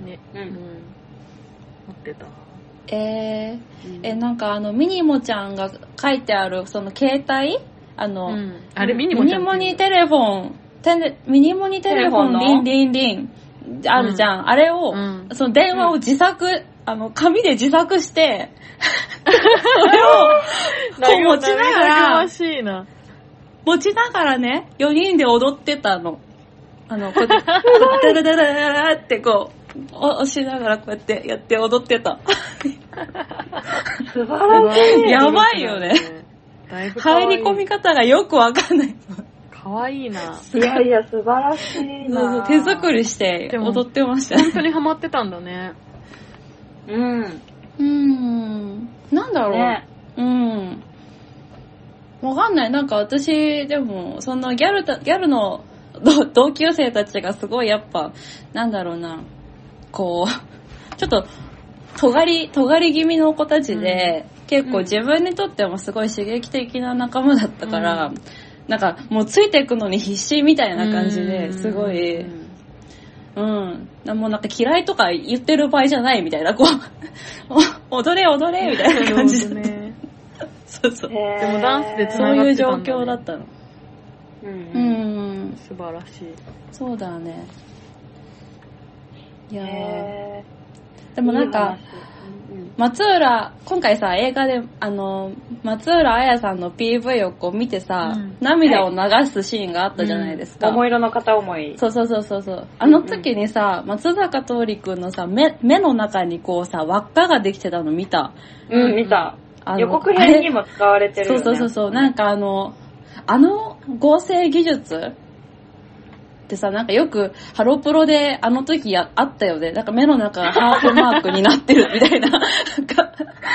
ね。うん。持ってた。 えー、うん、え、なんかあのミニモちゃんが書いてあるその携帯あの、うん、 あれミニモちゃん。 ミニモニテレフォン、テレミニモニテレフォンリンリンリンあるじゃん。うん、あれを、うん、その電話を自作、うん、あの紙で自作して、それをこう持ちながら、持ちながらね、よにんで踊ってたの。あの、こうやって、ダラダラダラってこう、押しながらこうやってやって踊ってた。 素晴らしい。 やばいよね。だいぶ入り込み方がよくわかんない。 かわいいな。 いやいや、素晴らしいな。 手作りして踊ってました。 本当にハマってたんだね。 うん。 うーん。なんだろう。ね、うん。わかんない。なんか私、でも、そのギャルた、ギャルの同級生たちがすごいやっぱ、なんだろうな。こう、ちょっと、尖り、尖り気味の子たちで、うん、結構自分にとってもすごい刺激的な仲間だったから、うん、なんかもうついていくのに必死みたいな感じですごい、うん、うん、もうなんか嫌いとか言ってる場合じゃないみたいな、こう、踊れ踊れみたいな感じで、ね、そうそう。でもダンスで繋がってたんだ、ね、そういう状況だったの。 うん、うん、 素晴らしい。 そうだね。いやー。でもなんか、松浦、今回さ、映画で、あの、松浦綾さんの ピーブイ をこう見てさ、うん、涙を流すシーンがあったじゃないですか。 うん、桃色の片思い。 そうそうそうそうそう。あの時にさ、うんうん、松坂桃李くんのさ、目、目の中にこうさ、輪っかができてたの見た？ うん、見た。予告編にも使われてるよね。 そうそうそう。なんかあの、あの合成技術でさ、なんかよくハロプロであの時やあったよね。なんか目の中がハートマークになってるみたいな。なんか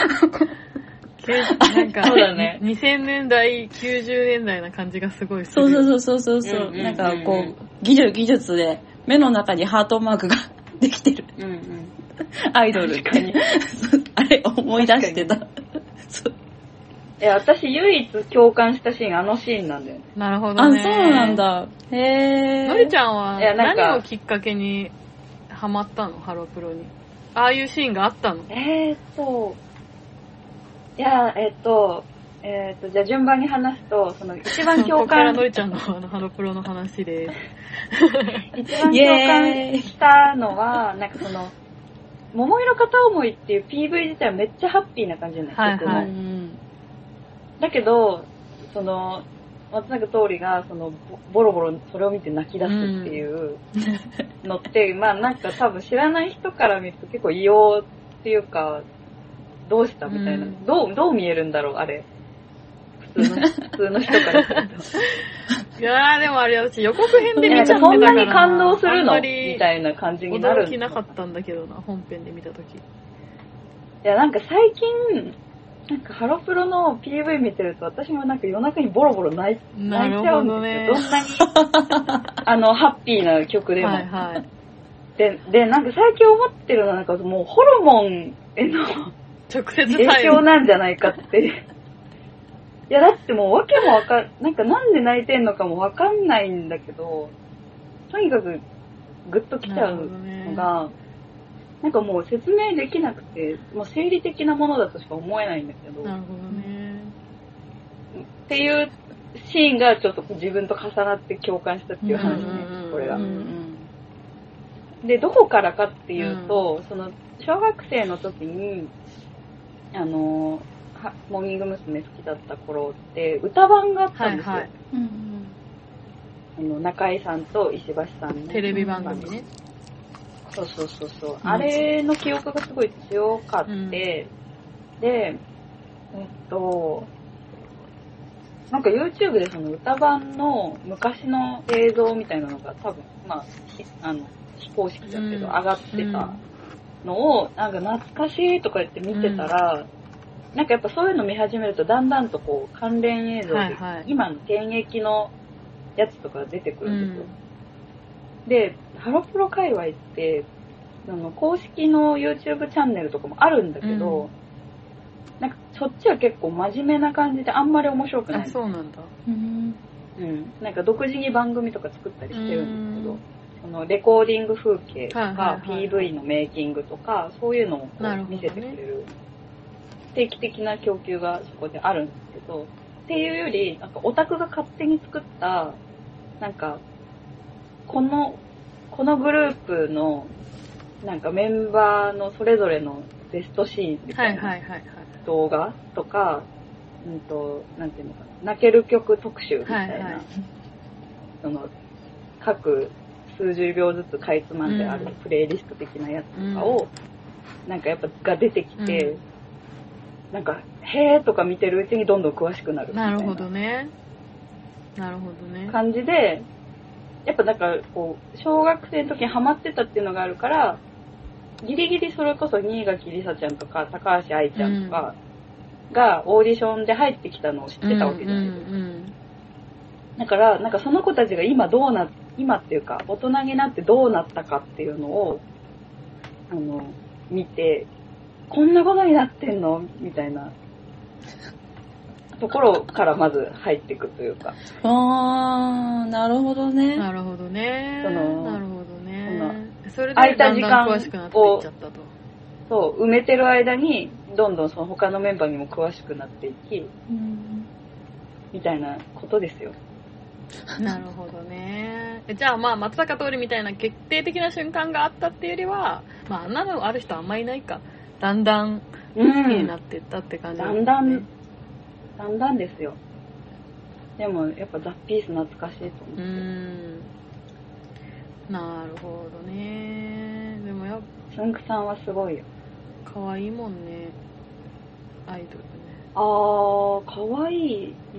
なんかそうだね。にせんねんだい、きゅうじゅうねんだいな感じがすごいする。 そうそうそうそうそう。うんうんうんうん、なんかこう技術技術で目の中にハートマークができてる。うんうん、アイドルってにあれ思い出してた。そう。 え、私唯一共感したシーン、あのシーンなんだよね。 なるほどね。 あ、そうなんだ。へー。 のりちゃんは何をきっかけにハマったの？ハロプロに。ああいうシーンがあったの？ えーっと、いや、えーっと、えーっと、じゃあ順番に話すと、その一番共感。ここからのりちゃんのあのハロプロの話です。 一番共感したのは、なんかその、桃色片思いっていう ピーブイ 自体はめっちゃハッピーな感じじゃない？はいはい。だけど、その、松坂桃李が、その、ボロボロそれを見て泣き出すっていうのって、うん、まあなんか多分知らない人から見ると結構異様っていうか、どうしたみたいな。うん、どう、どう見えるんだろう、あれ。普通の、普通の人からすると。 いやーでもあれ私予告編で見ちゃってたからそんなに感動するのみみたいな感じになる。 驚きなかったんだけどな、本編で見たとき。いや、なんか最近、なんかハロプロの ピーブイ 見てると私もなんか夜中にボロボロ泣い、泣いちゃうんですよ。 ね、 どんなに、あの、ハッピーな曲でも。 はいはい。 で、で、なんか最近思ってるのはなんかもうホルモンへの直接影響なんじゃないかって。いや、だってもうわけもわかん、なんかなんで泣いてんのかもわかんないんだけど、とにかくグッときちゃうのが、なんかもう説明できなくて、もう生理的なものだとしか思えないんだけど。 なるほどね。 っていうシーンがちょっと自分と重なって共感したっていう話ね、これが。で、どこからかっていうと、うん、その、小学生の時に、あの、モーニング娘。好きだった頃って、歌番があったんですよ。はいはい、うんうん、あの中井さんと石橋さんの。 テレビ番組ね。 そうそうそうそう、うん。あれの記憶がすごい強かって、うん、で、えっと、なんか YouTube でその歌番の昔の映像みたいなのが多分、まあ、あの、非公式だけど上がってたのを、なんか懐かしいとか言って見てたら、うん、なんかやっぱそういうの見始めるとだんだんとこう関連映像で、はいはい、今の現役のやつとか出てくるんですよ。うん、で、ハロプロ界隈って、あの公式の YouTube チャンネルとかもあるんだけど、うん、なんかそっちは結構真面目な感じであんまり面白くない。 あ、そうなんだ。 うん。うん。なんか独自に番組とか作ったりしてるんですけど、うんそのレコーディング風景とか、はいはいはい、ピーブイ のメイキングとかそういうのを見せてくれる定期的な供給がそこであるんですけど、っていうよりなんかオタクが勝手に作ったなんかこのこのグループのなんかメンバーのそれぞれのベストシーンみたいな動画とか、うんとなんていうのかな、泣ける曲特集みたいな、はいはい、その各数十秒ずつかいつまんであるプレイリスト的なやつとかを、うん、なんかやっぱが出てきて、うん、なんかへーとか見てるうちにどんどん詳しくなるみたいな。 なるほどね。なるほどね。 感じで、やっぱなんかこう小学生の時にハマってたっていうのがあるから、ギリギリそれこそ新垣梨沙ちゃんとか高橋愛ちゃんとかがオーディションで入ってきたのを知ってたわけじゃないですか。うんうんうん、だからなんかその子たちが今どうなって今っていうか大人になってどうなったかっていうのをあの見て、こんなことになってんのみたいなところからまず入っていくというか。 あー、なるほどね。 なるほどね。 そのなるほどね。それで空いた時間詳しくなっていっちゃったと。 そう埋めてる間にどんどんその他のメンバーにも詳しくなっていき、うん、みたいなことですよ。 なるほどね。じゃあまあ松坂桃李みたいな決定的な瞬間があったっていうよりは、まああんなのある人あんまりいないか。だんだん好きになっていったって感じ、ねうん、だんだんだんだんですよ。でもやっぱザ・ピース懐かしいと思って。うーん。 なるほどね。でもやっぱつんくさんはすごいよ。 可愛いもんね。アイドルね。 あー、可愛い。うん、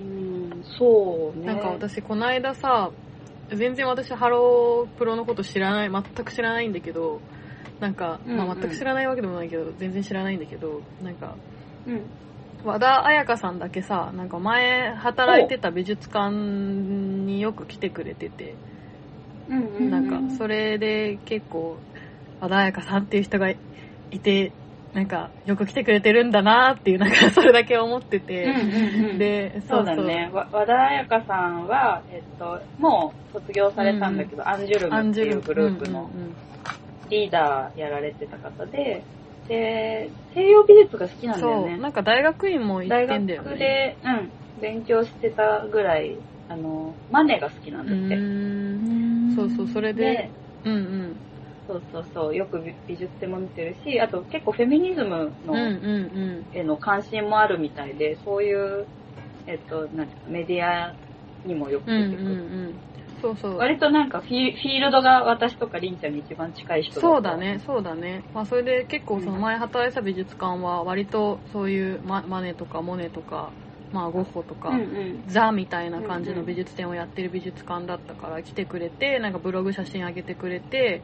そうね。 なんか私この間さ、全然私ハロープロのこと知らない、全く知らないんだけど、なんか、うんうん、まあ、全く知らないわけでもないけど、全然知らないんだけど、なんか、うん、和田彩香さんだけさ、なんか前働いてた美術館によく来てくれてて、うんうんうん、なんかそれで結構和田彩香さんっていう人がいて、なんかよく来てくれてるんだなっていう、なんかそれだけ思ってて、うんうんうん、で、 そうそう、そうだね。和田彩香さんはえっともう卒業されたんだけど、うん、アンジュルムっていうグループのリーダーやられてた方で、で西洋美術が好きなんだよね。 そう、なんか大学院も行ってんだよね。 大学でうん勉強してたぐらい、あのマネが好きなんだって。うーん、そうそう、それで、でうんうん。 そうそうそう、よく美術展も見てるし、あと結構フェミニズムのへの関心もあるみたいで、そういうえっとなんかメディアにもよく出てくる。うんうんうん、そうそう。割となんかフィ、フィールドが私とかりんちゃんに一番近い人だ。 そうだね、そうだね。まあそれで結構その前働いた美術館は割とそういうマ、マネとかモネとか、まあゴッホとか、うんうん、ザみたいな感じの美術展をやってる美術館だったから来てくれて、なんかブログ写真上げてくれて、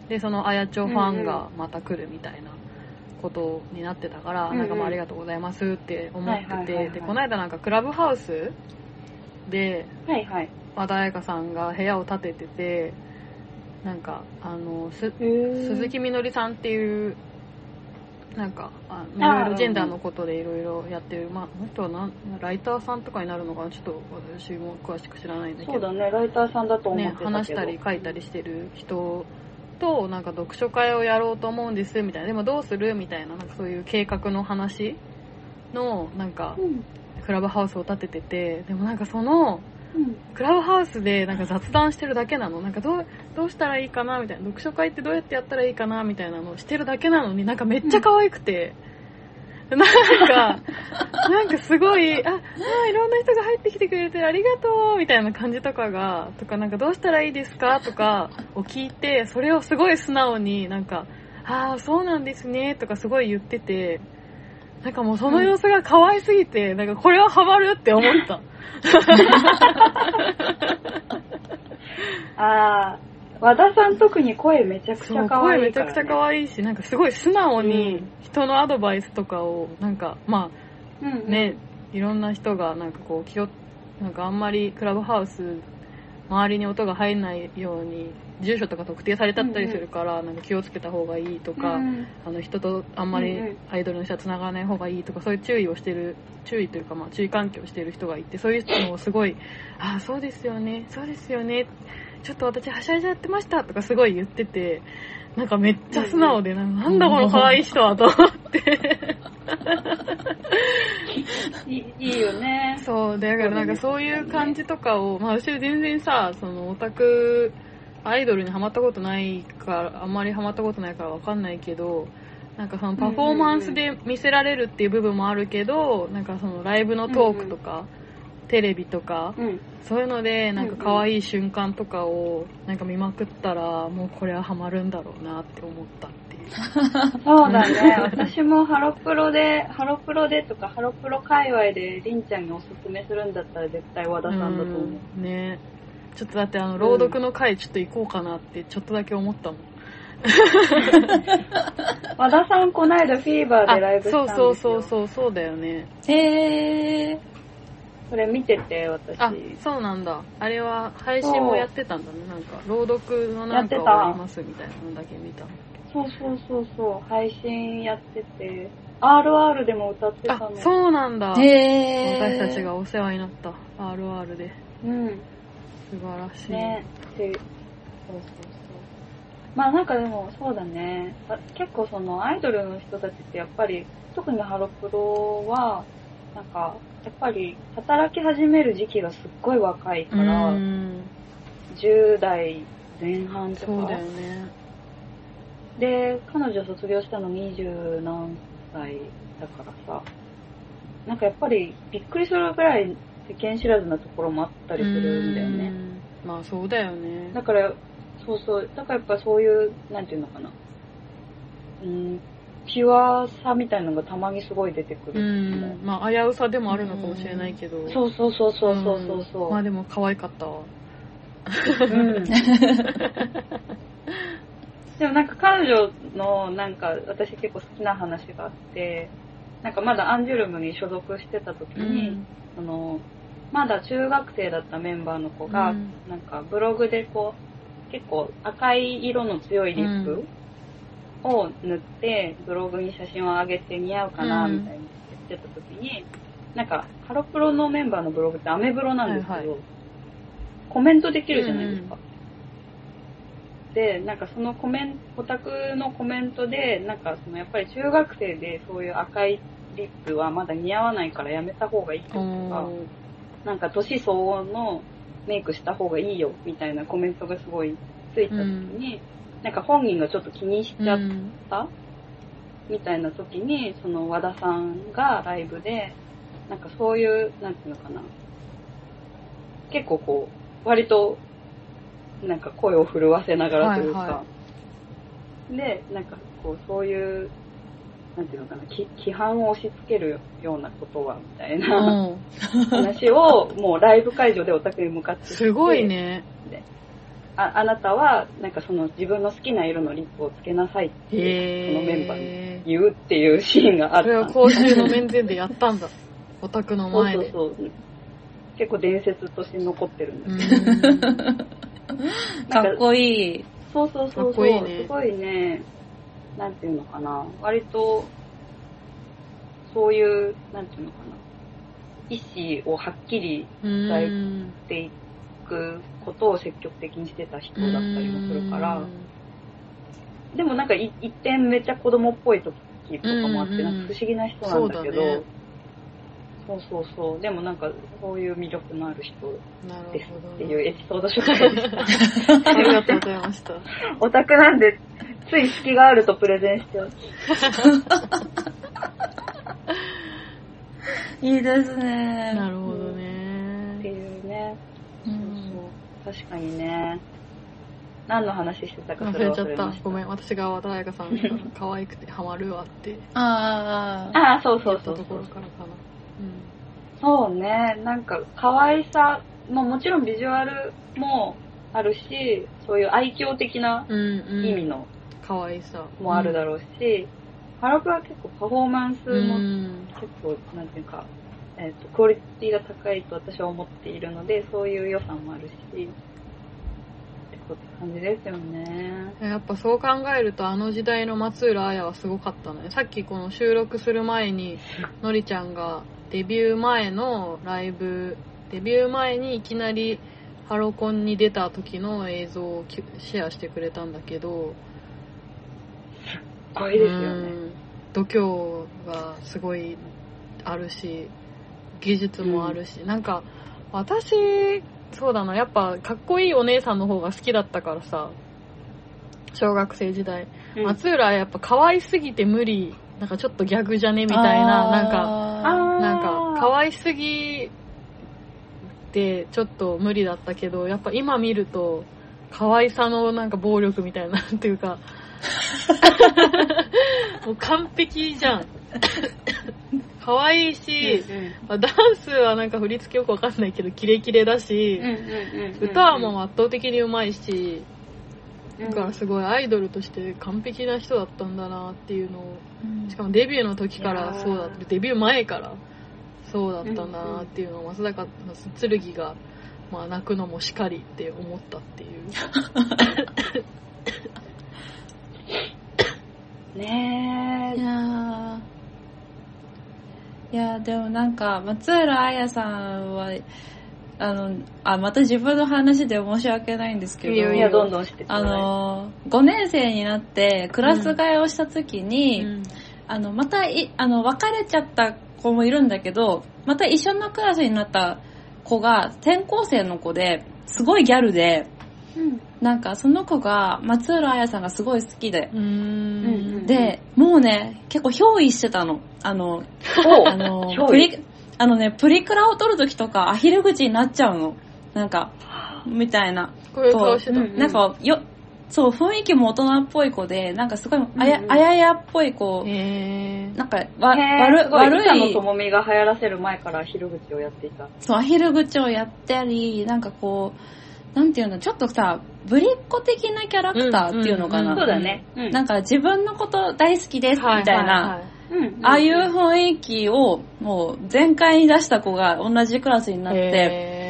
でそのあやちょファンがまた来るみたいなことになってたから、うんうん、なんかまあありがとうございますって思ってて、でこの間なんかクラブハウスで、はいはい、和田彩香さんが部屋を建ててて、なんかあのす鈴木みのりさんっていうなんかあいろいろジェンダーのことでいろいろやってる、まあこの人はなんライターさんとかになるのかな、ちょっと私も詳しく知らないんだけど、 そうだね、ライターさんだと思ってたけど、 ね、話したり書いたりしてる人となんか読書会をやろうと思うんですみたいな、でもどうするみたいな、なんかそういう計画の話のなんかクラブハウスを立ててて、でもなんかそのクラブハウスでなんか雑談してるだけなの、なんかどうどうしたらいいかなみたいな、読書会ってどうやってやったらいいかなみたいなのをしてるだけなのに、なんかめっちゃ可愛くて、うん、なんかなんかすごいああいろんな人が入ってきてくれてありがとうみたいな感じとかがとか、なんかどうしたらいいですかとかを聞いて、それをすごい素直になんかああそうなんですねとかすごい言ってて、なんかもうその様子が可愛すぎて、うん、なんかこれはハマるって思ったああ、和田さん特に声めちゃくちゃ可愛いから、ね、 声めちゃくちゃ可愛いし、なんかすごい素直に人のアドバイスとかをなんかまあ、うんうん、ね、いろんな人がなんかこう気をなんかあんまりクラブハウス周りに音が入んないように住所とか特定されちゃったりするから、うんうん、なんか気をつけた方がいいとか、うん、あの人とあんまりアイドルの人は繋がらない方がいいとか、そういう注意をしてる注意というかまあ注意喚起をしている人がいて、そういう人もすごいああそうですよねそうですよねちょっと私はしゃいじゃやってましたとかすごい言ってて、なんかめっちゃ素直で、うん、なんだこの可愛い人はと思ってい, いいよね。 そうだからなんかそういう感じとかを、まあ私全然さそのオタクアイドルにハマったことないからあんまりハマったことないからわかんないけど、なんかそのパフォーマンスで見せられるっていう部分もあるけど、なんかそのライブのトークとか、うんうん、テレビとか、うん、そういうのでなんか可愛い瞬間とかをなんか見まくったらもうこれはハマるんだろうなって思ったっていうそうだね私もハロプロでハロプロでとかハロプロ界隈でりんちゃんにおすすめするんだったら絶対和田さんだと思う、 うん、ね、ちょっとだってあの朗読の回ちょっと行こうかなってちょっとだけ思ったもん和田さんこないだフィーバーでライブしたんですよ。 そうそうそうそうそうだよね。 へー、 それ見てて私。 あ、そうなんだ。あれは配信もやってたんだね。なんか朗読のなんかをやりますみたいなのだけ見た。 そうそうそうそう配信やってて アールアール でも歌ってたの。 あ、そうなんだ。 へー、 私たちがお世話になった アールアール で。 うん。 素晴らしい。 ね。で、そうそうそう。まあなんかでもそうだね。結構そのアイドルの人たちってやっぱり特にハロプロはなんかやっぱり働き始める時期がすっごい若いから、うん、じゅう代前半とか。 そうだよね。 で、彼女卒業したのにじゅうなんさいだからさ、なんかやっぱりびっくりするぐらい世間知らずなところもあったりするんだよね。 まあそうだよね。 だからそうそう、だからやっぱそういうなんていうのかな、うん、ピュアさみたいなのがたまにすごい出てくる。うん、 まあ危うさでもあるのかもしれないけど。うそうそうそうそうそうそう。 まあでも可愛かったわ。 うん。でもなんか彼女のなんか私結構好きな話があって、なんかまだアンジュルムに所属してた時に、うん、そのまだ中学生だったメンバーの子が、うん、なんかブログでこう結構赤い色の強いリップを塗ってブログに写真を上げて似合うかなみたいに言ってた時に、なんかハロプロのメンバーのブログってアメブロなんですけど、はいはい、コメントできるじゃないですか。うん、で、なんかそのコメント、オタクのコメントで、なんかそのやっぱり中学生でそういう赤いリップはまだ似合わないからやめた方がいいよとか、なんか年相応のメイクした方がいいよみたいなコメントがすごいついた時に、うん、なんか本人がちょっと気にしちゃった、うん、みたいな時に、その和田さんがライブで、なんかそういう、なんていうのかな、結構こう、割と、なんか声を震わせながらというか、はいはい、で、なんかこう、そういう、なんていうのかな、規範を押し付けるようなことは、みたいな話を、もうライブ会場でオタクに向かってすごいね。 あ、あなたは、なんかその自分の好きな色のリップをつけなさいって、そのメンバーに言うっていうシーンがあった。 それは公衆の面前でやったんだ。オタクの前で。 そうそうそう。結構伝説として残ってるんですけど。 かっこいい。 そうそうそうそう。かっこいいね。すごいね、なんていうのかな。割と、そういう、なんていうのかな。意思をはっきり伝えていくことを積極的にしてた人だったりもするから、でもなんか一点めっちゃ子供っぽい時とかもあって、なんか不思議な人なんだけど、そうだね、そうそうそう、でもなんかそういう魅力のある人ですっていうエピソード紹介でした。 ありがとうございました。 オタクなんでつい隙があるとプレゼンしちゃう。 いいですね。 なるほどね。 っていうね。そうそう。確かにね。何の話してたかそれ忘れました。 忘れちゃった。ごめん。私が渡辺さんが可愛くてハマるわって。 ああ。ああ、そうそうそう。 言ったところからかな。 うん。そうね。なんか可愛さももちろんビジュアルもあるし、そういう愛嬌的な意味の可愛さもあるだろうし、ハロプロは結構パフォーマンスも結構なんていうか、えっとクオリティが高いと私は思っているので、そういう良さもあるしって感じですよね。 やっぱそう考えるとあの時代の松浦綾はすごかったね。さっきこの収録する前にのりちゃんがデビュー前のライブ、デビュー前にいきなりハロコンに出た時の映像をシェアしてくれたんだけど、 すごいですよね。 度胸がすごいあるし、技術もあるし、うん、なんか私そうだな、やっぱかっこいいお姉さんの方が好きだったからさ、小学生時代、うん、松浦はやっぱ可愛すぎて無理、なんかちょっとギャグじゃねみたいな、なんかなんか可愛すぎてちょっと無理だったけど、やっぱ今見ると可愛さのなんか暴力みたいなっていうかもう完璧じゃん。可愛いし、うんうんまあ、ダンスはなんか振り付けよくわかんないけどキレキレだし、うんうんうんうん、歌はもう圧倒的にうまいし、だからすごいアイドルとして完璧な人だったんだなっていうのを、うん、しかもデビューの時からそうだった、デビュー前からそうだったんだなっていうのを、松坂剣が、まあ、泣くのもしかりって思ったっていうねえ。 いやいやでもなんか松浦綾さんはあのあまた自分の話で申し訳ないんですけど、 いやいやどんどんしてください。 あのごねん生になってクラス替えをした時に、うん、あのまたいあの別れちゃった子もいるんだけど、また一緒のクラスになった子が転校生の子ですごいギャルで、うん、なんかその子が松浦綾さんがすごい好きで、うーんでもうね結構憑依してたの。あのあのプリあのねプリクラを撮るときとかアヒル口になっちゃうの、なんかみたいな。 こういう顔してた。 なんかよそう雰囲気も大人っぽい子で、なんかすごいあや、うんうん、あややっぽい子、なんかわ悪悪い。 板野友美が流行らせる前からアヒル口をやっていた。 そうアヒル口をやったり、なんかこうなんていうの、ちょっとさぶりっ子的なキャラクターっていうのかな、うんうんうん、 そうだね、うん、 なんか自分のこと大好きですみたいな、はいはいはいああいう雰囲気をもう全開に出した子が同じクラスになって、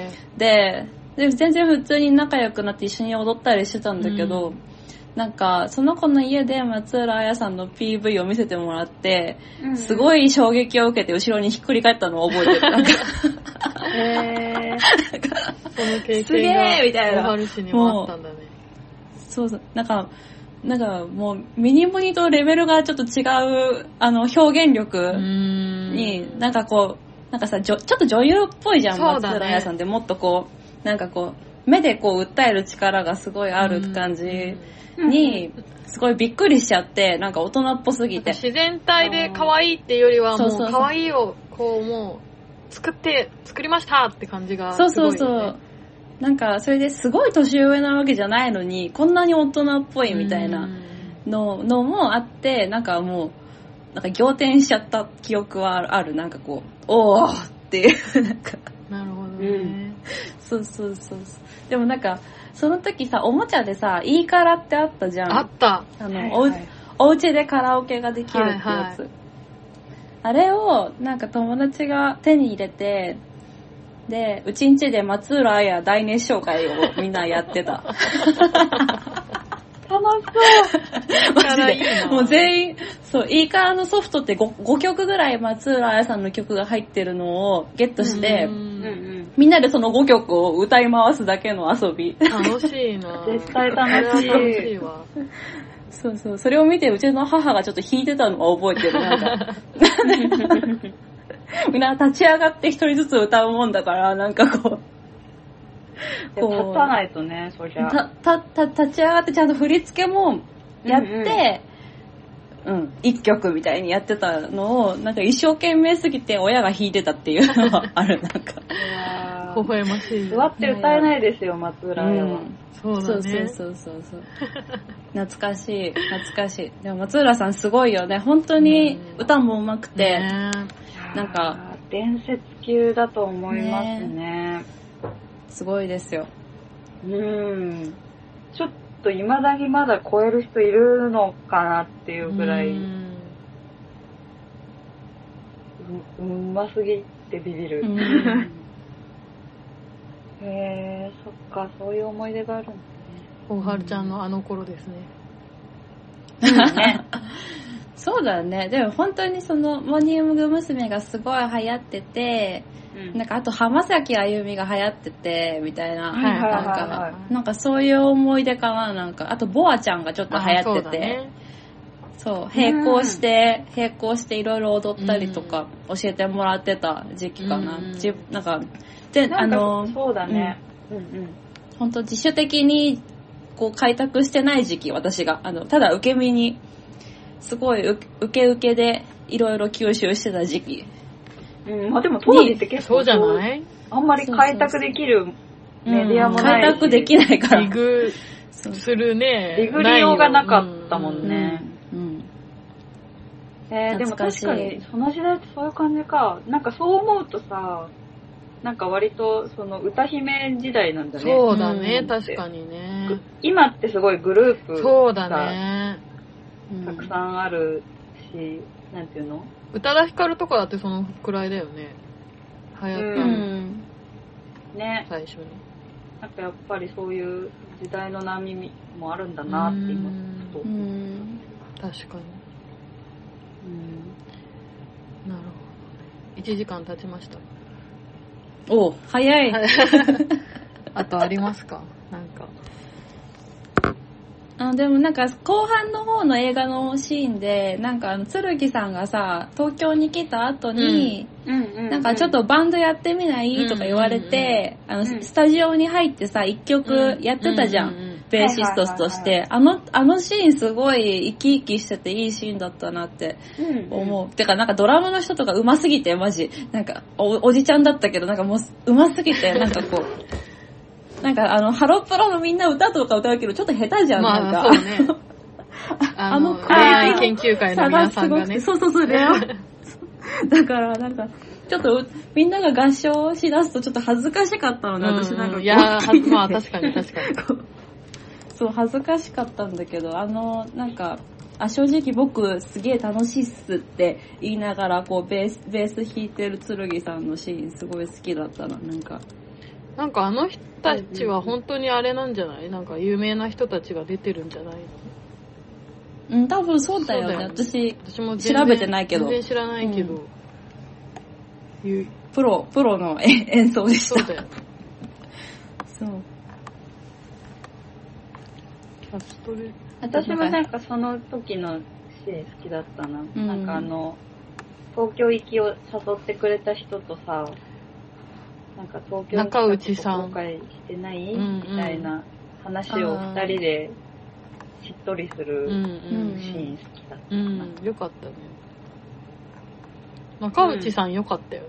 でで全然普通に仲良くなって一緒に踊ったりしてたんだけど、うん、なんかその子の家で松浦綾さんの ピーブイ を見せてもらって、うん、すごい衝撃を受けて後ろにひっくり返ったのを覚えてる。なんかへーその経験がすげーみたいな。 小春氏にもあったんだね。 そうそう、なんかなんかもうミニモニとレベルがちょっと違うあの表現力になんかこうなんかさちょっと女優っぽいじゃん、松浦綾さんってもっとこうなんかこう目でこう訴える力がすごいある感じにすごいびっくりしちゃって、なんか大人っぽすぎて自然体で可愛いっていうよりはもう可愛いをこうもう作って作りましたって感じがすごいよね。 そうそうそうなんかそれですごい年上なわけじゃないのにこんなに大人っぽいみたいな の, のもあって、なんかもうなんか仰天しちゃった記憶はある。なんかこうおーっていうなんかなるほどね、 そうそうそうそう。でもなんか、その時さ、おもちゃでさ、いいカラってあったじゃん。 あった。 あの、 はいはい、 おう、お家でカラオケができるってやつ。はいはい、あれを、なんか友達が手に入れて、で、うちんちで松浦綾大熱唱会をみんなやってた。 楽しそう。 マジで。もう全員、そう、いいカラのソフトって 5, ごきょくぐらい松浦綾さんの曲が入ってるのをゲットして、うんうん、みんなでそのごきょくを歌い回すだけの遊び。 楽しいな絶対楽しい。楽しいわ。 そうそう、それを見てうちの母がちょっと弾いてたのが覚えてる。なんかみんな立ち上がって一人ずつ歌うもんだから、なんかこう。 こう立たないとね、そりゃ。 た、た、た、立ち上がってちゃんと振り付けもやって、うん、うん、一曲みたいにやってたのを、なんか一生懸命すぎて親が弾いてたっていうのはある、なんか。 微笑ましい。 座って歌えないですよ、松浦綾は。うんそうだね。 そうそうそうそう。懐かしい、懐かしい。でも松浦さんすごいよね。本当に歌も上手くて、ね、なんか伝説級だと思いますね。ねすごいですよ。 うん。ちょっと未だにまだ超える人いるのかなっていうぐらい、うん、う, うますぎてビビる。うんへー、そっか、そういう思い出があるんだね。 大春ちゃんのあの頃ですね。 ねそうだね。でも本当にそのモーニング娘。がすごい流行ってて、うん、なんかあと浜崎あゆみが流行っててみたいな、はいはいはいはい、なんかなんかそういう思い出かな。なんかあとボアちゃんがちょっと流行ってて、ね、そう並行して並行していろいろ踊ったりとか教えてもらってた時期かな。うん、じなんかで、 あの、そうだね。うん、うん。 本当自主的にこう開拓してない時期、私が。あの、ただ受け身に、すごい受け受けでいろいろ吸収してた時期。 うん、まあでも当時って結構そうじゃないあんまり開拓できるメディアもないし、 うん、開拓できないから。 リグするね。 リグ利用がなかったもんね。うん。うんうん、えー、でも確かにその時代ってそういう感じか。なんかそう思うとさ、なんか割とその歌姫時代なんだね。 そうだね、うん、確かにね。 今ってすごいグループそうだね。 たくさんあるし、うん、なんていうの？ 宇多田ヒカルとかだってそのくらいだよね。流行ったの、うん、 ね。 最初に。 なんかやっぱりそういう時代の波もあるんだなって今ちょっと。うん、 確かに。うん。なるほどね。いちじかん経ちました。 お早いあとありますかなんかあでもなんか後半の方の映画のシーンでなんかあの剣さんがさ東京に来た後に、うんうんうんうん、なんかちょっとバンドやってみないとか言われて、うんうんうん、あのスタジオに入ってさ一曲やってたじゃん、うんうんうんうん、ベーシストとして、あのあのシーンすごい生き生きしてていいシーンだったなって思う、うんうん、てかなんかドラムの人とか上手すぎてマジなんか お, おじちゃんだったけどなんかもう上手すぎてなんかこうなんかあのハロプロのみんな歌とか歌うけどちょっと下手じゃん、まあ、なんかそうねあの恋愛研究会の皆さんがねそうそうそうだからなんかちょっとみんなが合唱しだすとちょっと恥ずかしかったのね、うん、私なんかいやまあ確かに確かにそう恥ずかしかったんだけどあのなんかあ正直僕すげえ楽しいっすって言いながらこうベースベース弾いてる剣さんのシーンすごい好きだったななんかなんかあの人たちは本当にあれなんじゃない？なんか有名な人たちが出てるんじゃないの？ うん、多分そうだよね。私、私も調べてないけど。 全然知らないけど。 うん、プロ、プロの演奏でした。 そうだよ。 そう。 キャストで。 私もなんかその時のシーン好きだったな。うん、なんかあの、東京行きを誘ってくれた人とさ、なんか東京に来たこと後悔してない、うん、みたいな話を二人でしっとりするシーン好きだったな、うんうん、よかったね。中内さんよかったよね、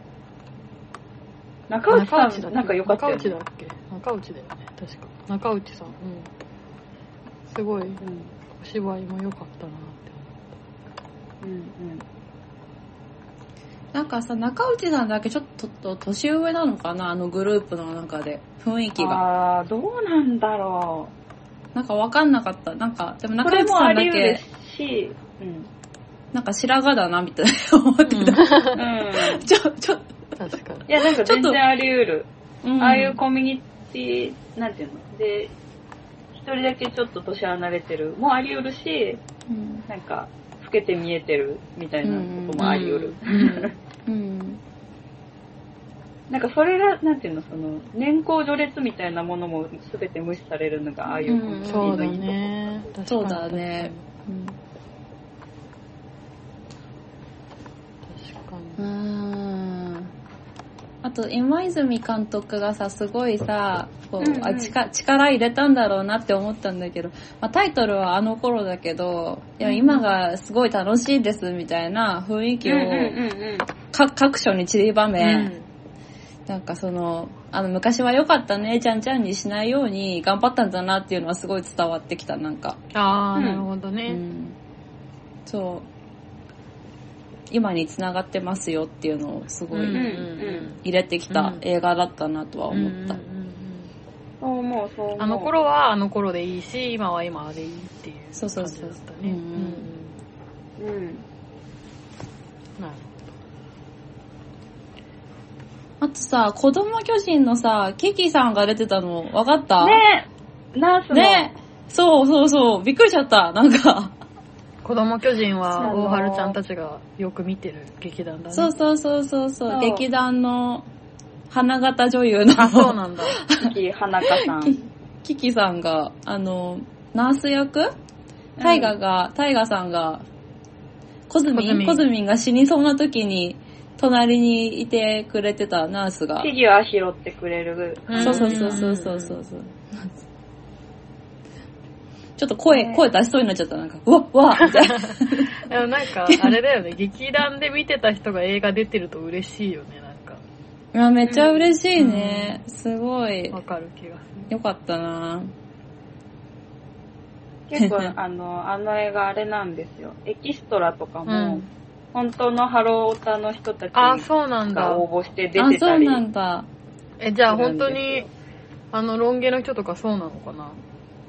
うん、中内さんなんかよかったよね。 中内だっけ？中内だよね確か。中内さん、うん、すごい、うん、お芝居もよかったなって思った。うんうんなんかさ、中内さんだけちょっとと年上なのかな、あのグループの中で雰囲気が。 あー、どうなんだろなんか分かんなかった。なんかでもう。こ中れも内さんだあり得るけし、うん。 なんか白髪だなみたいな思ってた。 うん。 ちょちょ確かに。 いや、なんか全然あり得る。 うん、 ああいうコミュニティ、なんていうので、一人だけちょっと年離れてるもあり得るし、 うんなんか、老けて見えてるみたいなこともあり得る。 うん。 なんかそれが、なんていうの、その、年功序列みたいなものも全て無視されるのが、ああいうコミュニティそうだのいいとこ。 ね。確かにそうだね。 確かうに。 ん。あと今泉監督がさ、すごいさ、こう、 うんうんあ力力入れたんだろうなって思ったんだけど、まあ、タイトルはあの頃だけど、いや今がすごい楽しいですみたいな雰囲気をうんうんうんうん。 か各所に散りばめ、 うんなんかその、あの昔は良かったね、ちゃんちゃんにしないように頑張ったんだなっていうのはすごい伝わってきた、なんか。 ああ、 うんなるほどうね。 ん。そう。今に繋がってますよっていうのをすごいうんうん入れてきた映画だったなとは思った。 うんうんうんうんそう思う、そう思う。 あの頃はあの頃でいいし、今は今でいいっていうそうそうそう感じだったね。 うんうんうん。 うんなるあとさ、子供巨人のさ、キキさんが出てたの分かったねえ、ナースの。 ねそうそうそう、びっくりしちゃった、なんか。 子供巨人はそう大春ちゃんたちがよく見てる劇団だね。 そうそうそうそうそう、 そう劇団の花形女優のあ、そうなんだ。 キキ花香さん。 キキさんが、あの、ナース役タイガが、タイガさんが、コズミンコズミンコズミンが死にそうな時に、隣にいてくれてたナースが。 フィギュア拾ってくれる。 うんそうそうそうそうそうそうそう。ちょっと声、 ね声出しそうになっちゃった。なんか、うわっ、うわっみたいな。 でもなんか、あれだよね、劇団で見てた人が映画出てると嬉しいよね、なんか。 いや、めっちゃ嬉しいね。すごい。 わかる気がする。 よかったな結構、あの、あの映画あれなんですよ。エキストラとかも、 うん本当のハローオタの人たちあ、そうなんだが。応募して出あ、そうてたり。 なんだ。 え、じゃあ本当に、あの、ロン毛の人とかそうなのかな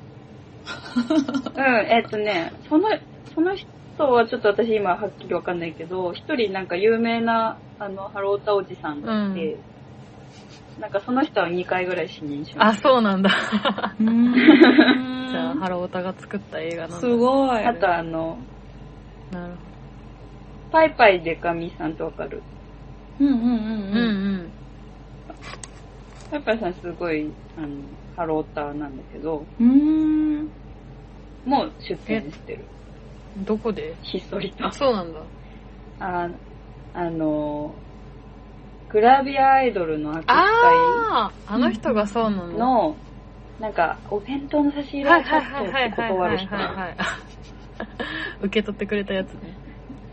うん、えっとね、その、その人はちょっと私今はっきりわかんないけど、一人なんか有名な、あの、ハロータおじさんがいて、なんかその人はにかいぐらい死認しまあ、 した。 そうなんだ。 うーんじゃあ、ハローオタが作った映画なんだ。 すごい。 あとあの、 なるパイパイデカミさんってわかる？ うんうんうんほど。うんうん。 パイパイさんすごい、あの、ハロータなんだけど、 うん。うーん。 もう出演してる。 どこでひっそりとあ、。そうなんだ。 ああの、グラビアアイドルの握手会ああ、あの人がそうなの。 の、なんか、お弁当の差し入れはいをちょっとってはいはいはいはい断る人。 はいはい。受け取ってくれたやつね。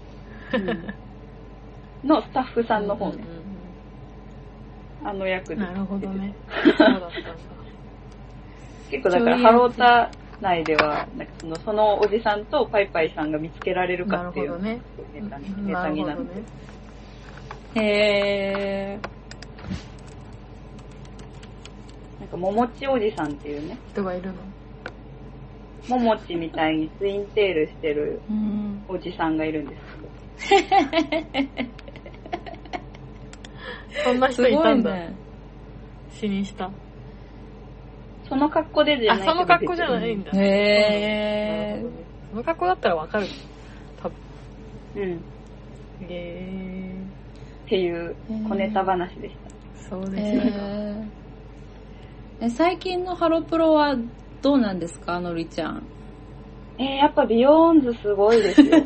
うんのスタッフさんの方ね。 うんうんあの役で。 うんなるほどね。そうだったんだ。 結構だから、ハロータ内では、なんかその、そのおじさんとパイパイさんが見つけられるなかっていうるほどね。 ネタにネなタになってるほどねる。。 へなんか、ももちおじさんっていうね、 人がいるの。 ももちみたいにツインテールしてるー。うん。 おじさんがいるんですそんなす人いたんだ。 ごいね。 死にした。 その格好でじゃあ、 ないけどその格好じゃないんだ。 へーなるほどねその格好だったらわかる。多分。 うん。っへていう小ネタ話でした。 ー。そうですか。 えー、え最近のハロプロはどうなんですか、のりちゃん。 えー、やっぱビヨーンズすごいですよ。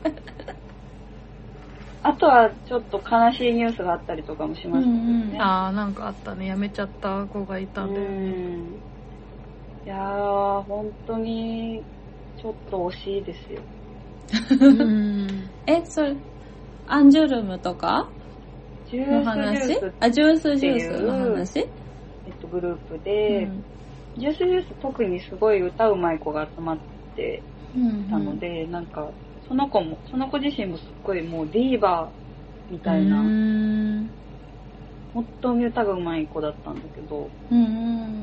あとはちょっと悲しいニュースがあったりとかもしましたけどね。 あー、なんかあったね。辞めちゃった子がいたんだよね。 うんいやー、本当に、ちょっと惜しいですよ。 うん。 え、それ、アンジュルムとかジュのースジュース話あ、ジュースジュースの話えっと、グループで、 うんジュースジュース特にすごい歌うまい子が集まってうんたので、なんか、その子も、その子自身もすっごいもうディーバみたいな。 うーん。 本当に歌が上手い子だったんだけど、 うんうん。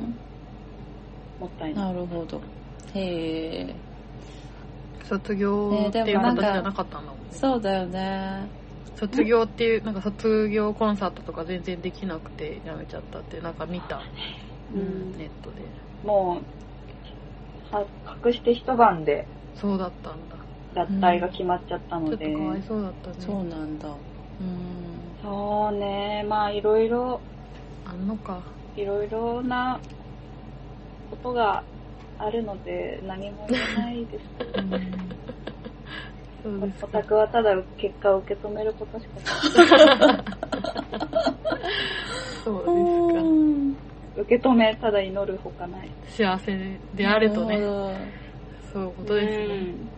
もったいない。 なるほど。へえ。 卒業っていう形じゃなかったんだもんね。 そうだよね。 卒業っていう、なんか卒業コンサートとか全然できなくてやめちゃったって、なんか見た。うん、ネットで。 もう、は隠して一晩で、 そうだったんだ。 脱退が決まっちゃったので。 ちょっとかわいそうだったね。 そうなんだ。うん。 そうね、まあいろいろ、 あんのか。 いろいろなことがあるので何も言えないですけど、うん、そうですか。オタクはただ結果を受け止めることしかないそうですか。 受け止め、ただ祈るほかない。 幸せであるとね、そういうことですね。うん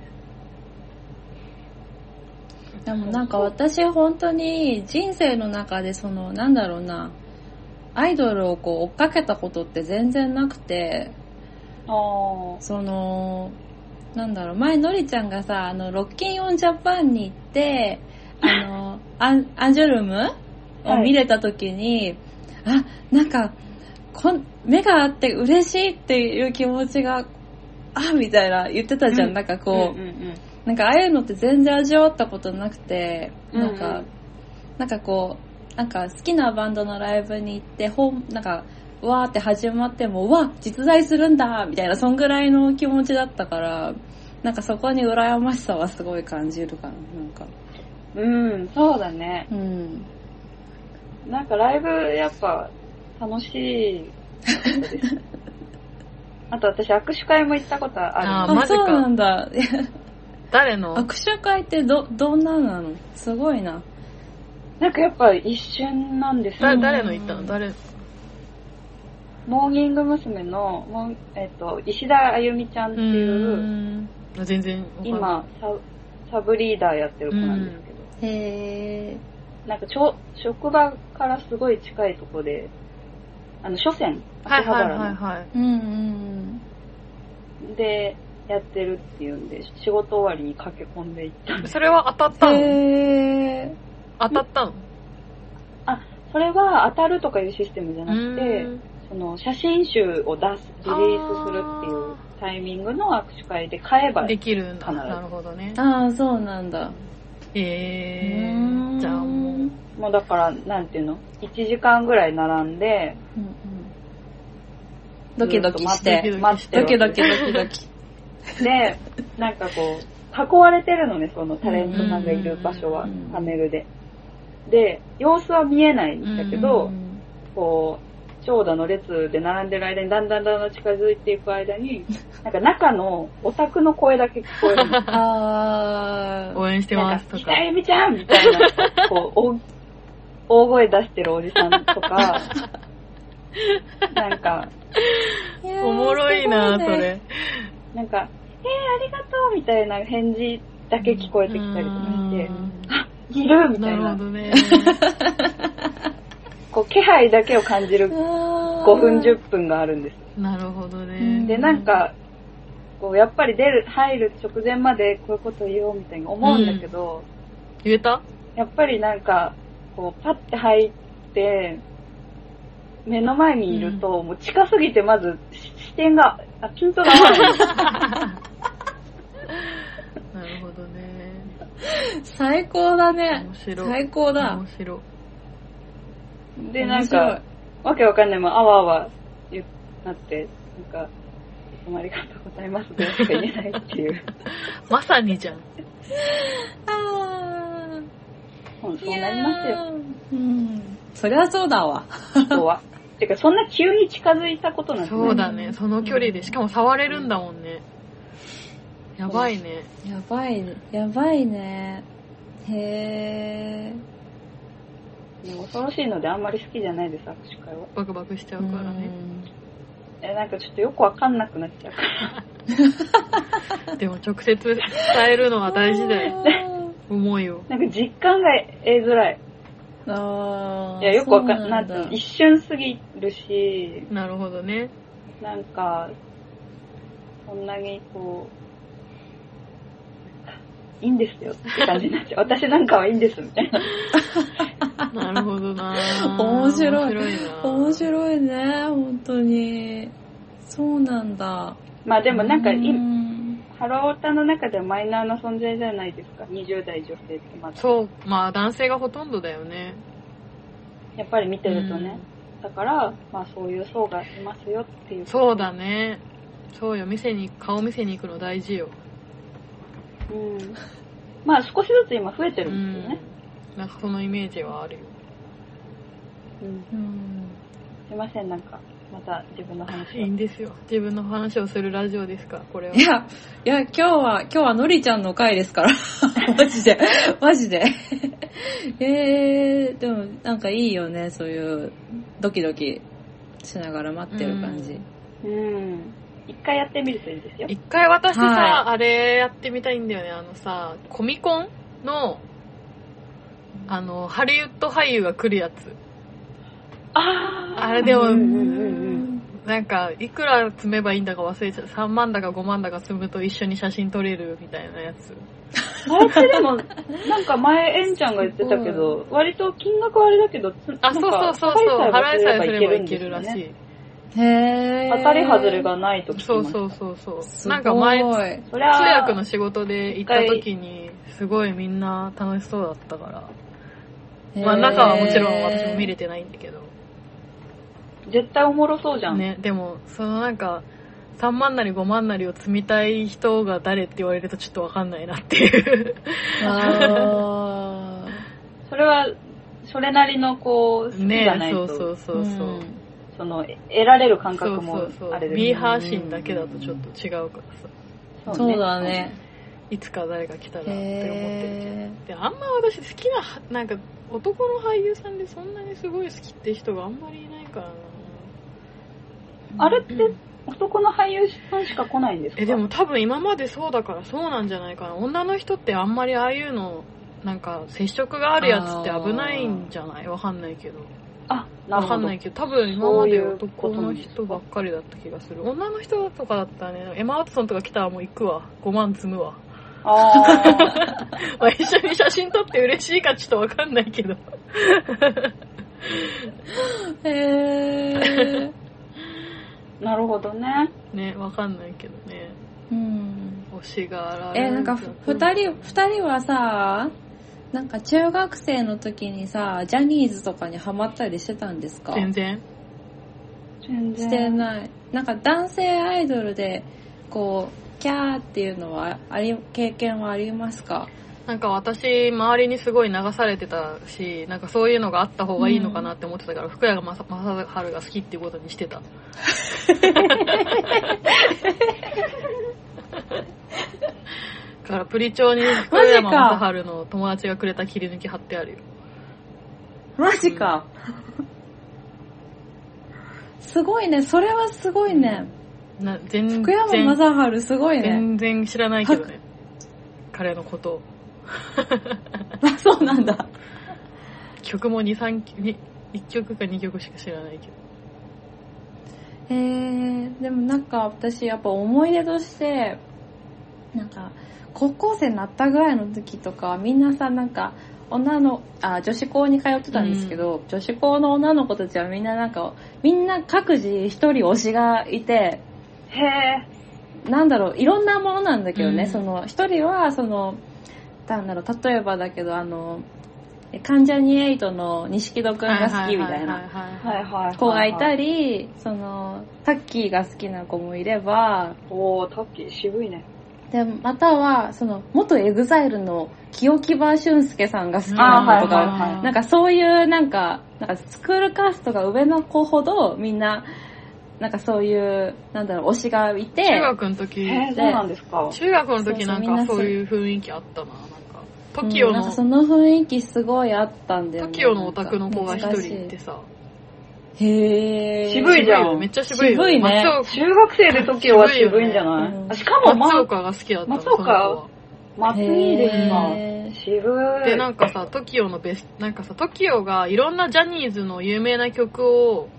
でもなんか私本当に人生の中でそのなんだろうなアイドルをこう追っかけたことって全然なくて、 あそのなんだろう前のりちゃんがさあのロッキンオンジャパンに行ってあのアン、アンジュルムを見れた時に、はい、あなんかこん目があって嬉しいっていう気持ちがあみたいな言ってたじゃん、うん、なんかこう、うんうんうんなんかああいうのって全然味わったことなくて、なんか、うんうん、なんかこう、なんか好きなバンドのライブに行って、ほん、なんか、わーって始まっても、うわ、実在するんだみたいな、そんぐらいの気持ちだったから、なんかそこに羨ましさはすごい感じるかな、なんか。 うん、そうだね。 うん。 なんかライブやっぱ楽しいです。あと私握手会も行ったことある。 あー、マジか。 そうなんだ。 誰の握手会ってど、どんななの？すごいな。 なんかやっぱ一瞬なんですよ。 誰の行ったの？誰？ モーニング娘。の、もえっと、石田あゆみちゃんっていう、 う全然今サ、サブリーダーやってる子なんですけど。 へー。なんかちょ、職場からすごい近いとこで、あの、初戦、秋葉原の。はいはいはいはい。 うんうんうん。で、やってるっていうんで仕事終わりに駆け込んでいったんで。 それは当たったの？ へー。 当たったの？ あ、それは当たるとかいうシステムじゃなくて、その写真集を出す、リリースするっていうタイミングの握手会で買えばできるんだ。なるほどね。 ああ、そうなんだ。 へー。じゃあもう。 もうだから、なんていうの？いちじかんぐらい並んで、 うんうん、ドキドキして、 待って、 ドキドキドキドキ。 で、なんかこう、囲われてるのね、そのタレントさんがいる場所は、パネルで。で、様子は見えないんだけど、こう、長蛇の列で並んでる間にだんだんだんだん近づいていく間に、なんか中のオタクの声だけ聞こえるの。 あー、応援してますとか。 北由美ちゃんみたいな、こう、大声出してるおじさんとか、なんか、 おもろいな、それ。 なんか、えー、ありがとうみたいな返事だけ聞こえてきたりとかして、あ、いるみたいな。 なるほどね。 こう、気配だけを感じるごふんじゅっぷんがあるんです。 なるほどね。 で、なんか、こう、やっぱり出る、入る直前までこういうこと言おうみたいに思うんだけど、 うん、言えた？ やっぱりなんか、こう、パッて入って、目の前にいると、うん、もう近すぎてまず視点が、あ、ピントが合わない。 なるほどね。 最高だね。 面白い。 最高だ。 面白い。で、なんか、わけわかんないまま、あわあわ言なって、なんか、いつもありがとうございますでしか言えないっていう。 まさにじゃん。 あー。そうなりますよ。 うん。そりゃそうだわ。 人は。てか、そんな急に近づいたことなんてない。 そうだね、その距離で。しかも触れるんだもんね。やばいね。 やばいね。やばいね。へー。恐ろしいのであんまり好きじゃないです、握手会は。 バクバクしちゃうからね。 え、なんかちょっとよくわかんなくなっちゃうから。 でも直接伝えるのは大事だよ。思いを。 なんか実感が得づらい。 あいや、よくわかんない。一瞬すぎるし。 なるほどね。 なんか、そんなにこいいんですよって感じになっちゃう。私なんかはいいんですみたいな。 なるほどな面白い。 面白いな面白いね、本当に。そうなんだ。 まあでもなんかい、 うんハローオタの中ではマイナーな存在じゃないですか。にじゅう代女性ってまだ。 そう、まあ男性がほとんどだよね。 やっぱり見てるとね。だから、まあそういう層がいますよっていう。 そうだね。そうよ、店に、顔見せに行くの大事よ。 うん。まあ少しずつ今増えてるんですよね。 うん、なんかそのイメージはあるよ。 うん。 うん。 すいません、なんか、また自分の話を。 いいんですよ。自分の話をするラジオですか、これは。 いや、いや、今日は、今日はのりちゃんの回ですから。マジで。マジで。えー、でもなんかいいよね、そういうドキドキしながら待ってる感じ。 うん。うん一回やってみるといいですよ。 一回私さ、 はい、 あれやってみたいんだよね。あのさ、コミコンの、あの、ハリウッド俳優が来るやつ。 あー。 あれでも、 うんうんうんうんなんか、いくら積めばいいんだか忘れちゃう。さんまんだかごまんだか積むと一緒に写真撮れるみたいなやつ。 あれってでも、なんか前、エンちゃんが言ってたけど、割と金額はあれだけど、 あ、そうそうそうそう、払いさえすればいけるらしい。 へー。 当たり外れがないと聞きました。 そうそうそうそう。 なんか前、 そりゃ通訳の仕事で行った時に、すごいみんな楽しそうだったから。まあ中はもちろん私も見れてないんだけど。 絶対おもろそうじゃん。 ね、でも、そのなんか、さんまんなりごまんなりを積みたい人が誰って言われるとちょっとわかんないなっていう。 あそれは、それなりのこう、好きじゃないと。 ね、そうそうそうそう。うんその得られる感覚もあれですね。 そうそうそう。ミーハー心だけだとちょっと違うからさ。そうだね。 いつか誰か来たらって思ってるじゃん。で、あんま私好きな、なんか男の俳優さんでそんなにすごい好きって人があんまりいないからな。 あれって男の俳優さんしか来ないんですか？ え、でも多分今までそうだからそうなんじゃないかな。女の人ってあんまりああいうの、なんか接触があるやつって危ないんじゃない？わかんないけど。 あ、なるほど。 わかんないけど、多分今まで男の人ばっかりだった気がする。女の人とかだったらね、エマ・ワトソンとか来たらもう行くわ。ごまん積むわ。 あまあ一緒に写真撮って嬉しいかちょっとわかんないけど。 へー。 なるほどね。 ね、わかんないけどね。 うん。 推しがえ、なんか二人、二人はさ、なんか中学生の時にさ、ジャニーズとかにハマったりしてたんですか？ 全然。 全然。 してない。なんか男性アイドルで、こう、キャーっていうのは、あり、経験はありますか？ なんか私、周りにすごい流されてたし、なんかそういうのがあった方がいいのかなって思ってたから、うん、福山雅治が好きっていうことにしてた。だからプリチョに福山雅治の友達がくれた切り抜き貼ってあるよ。 マジか。うん、すごいね。それはすごいね。 な全然福山雅治すごいね。 全然知らないけどね。彼のことを。 あ、そうなんだ。 曲もに、さん、いっきょくかにきょくしか知らないけど。 へー、でもなんか私やっぱ思い出として、なんか高校生になったぐらいの時とかみんなさ、なんか女のあ女子校に通ってたんですけど、うん、女子校の女の子たちはみんななんかみんな各自一人推しがいて、 へー、なんだろう、いろんなものなんだけどね、うん、その一人はそのなんだろう、例えばだけどあの関ジャニエイトの錦戸くんが好きみたいな子がいたり、そのタッキーが好きな子もいれば、 おー、タッキー渋いね。 でまたはその元エグザイルの清木場俊介さんが好きな子とか、なんかそういうなんかなんかスクールカーストが上の子ほどみんななんかそういうなんだろう推しがいて、 中学の時、 えー、そうなんですか。 中学の時なんかそういう雰囲気あったな。トキオの、 うん、なんかその雰囲気すごいあったんだよね。 トキオのオタクの子が一人いてさ。 へー。 渋いじゃん。 めっちゃ渋いよ。 渋いね。 中学生でトキオは渋いんじゃない、ね、しかも、ま、 松岡が好きだったの。 松岡松井ですか。渋い。 で、なんかさ、トキオのベスト、なんかさ、トキオがいろんなジャニーズの有名な曲を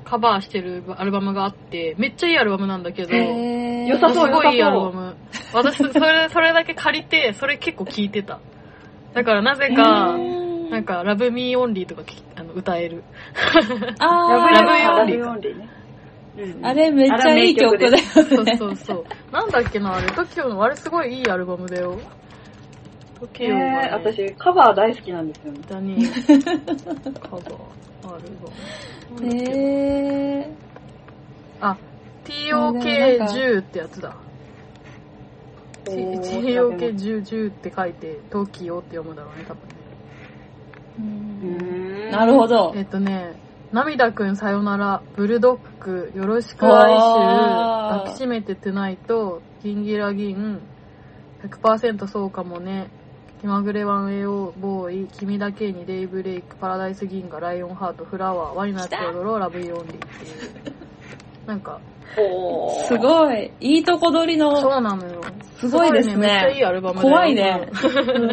カバーしてるアルバムがあって、めっちゃいいアルバムなんだけど、 良さそう、 すごいいいアルバム。私、それ、それだけ借りて、それ結構聴いてた。だからなぜか、なんか、ラブミーオンリーとかあの歌える。 あー、 ラブミーオンリー。 ラブミーオンリーね。うん、 あれめっちゃいい曲だよね。 そうそうそう。なんだっけな、あれ、トキオの、あれすごいいいアルバムだよ。トキオが、ね。 えー、私、カバー大好きなんですよね。 だに、カバー、アルバム。 へー。 あ、ティーオーケーじゅう ってやつだ。ティーオーケーじゅう、じゅうって書いて、トキオって読むだろうね、多分ね。 うーん、なるほど。 えっとね、涙くんさよなら、ブルドッグ、よろしく哀愁、抱きしめてトゥナイト、ギンギラギン、ひゃくパーセント そうかもね、気まぐれワンエーオーボーイ、君だけにデイブレイク、パラダイス銀河、ライオンハート、フラワー、ワニナッツ踊ろう、ラブユーオンリーっていう。なんか、 すごい、いいとこ取りの。 そうなのよ。 すごいですね。 すごいね、めっちゃいいアルバムだよ。 怖いね。うん、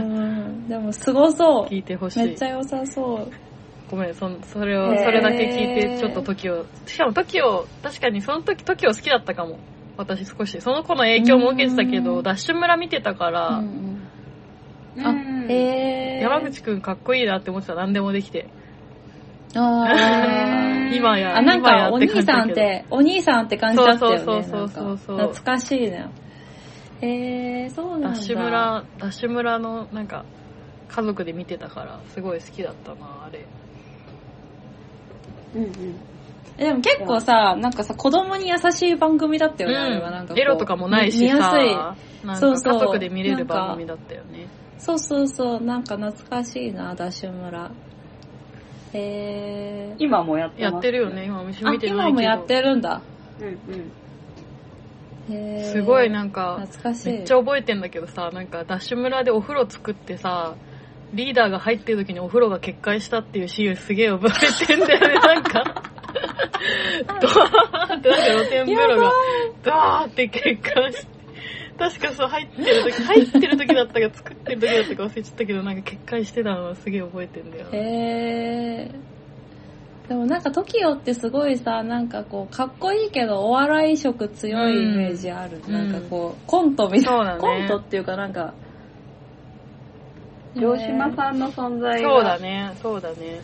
でもすごそう。 聞いてほしい。 めっちゃ良さそう。 ごめん、そそれを、それだけ聞いて、ちょっと時を、しかも時を、確かにその時時を好きだったかも。私少し。その子の影響も受けてたけど、ダッシュ村見てたから、 うんうん、あ、へー。 山口くんかっこいいなって思ってたら何でもできて。 あ今や、 あ、なんかお今やって兄さんって、お兄さんって感じだったよね。 そうそうそうそう。 懐かしいね。へー、そうなんだ。 ダッシュ村、ダッシュ村のなんか、家族で見てたから、すごい好きだったな、あれ。 うんうん。 でも結構さ、なんかさ、子供に優しい番組だったよね、うん、あれは。なんかエロとかもないしさ、 見やすい。 なんか家族で見れる番組だったよね。 そうそうそう、なんか懐かしいな、ダッシュ村。へー。 今もやってます、 やってるよね、今も見てないけど。 今もやってるんだ。 うんうん。へー。 すごいなんか、 懐かしい。 めっちゃ覚えてんだけどさ、なんかダッシュ村でお風呂作ってさ、リーダーが入ってる時にお風呂が決壊したっていうシーンすげえ覚えてんだよね、なんか。ドワーってなんか露天風呂がドワーって決壊して。確かそう入ってる時、入ってる時だったか作ってる時だったか忘れちゃったけど、なんか決壊してたのはすげえ覚えてんだよ。 へー。でもなんか トキオ ってすごいさ、なんかこうかっこいいけどお笑い色強いイメージある、うん、なんかこうコントみたいな、ね、コントっていうかなんか城島さんの存在がそうだねそうだね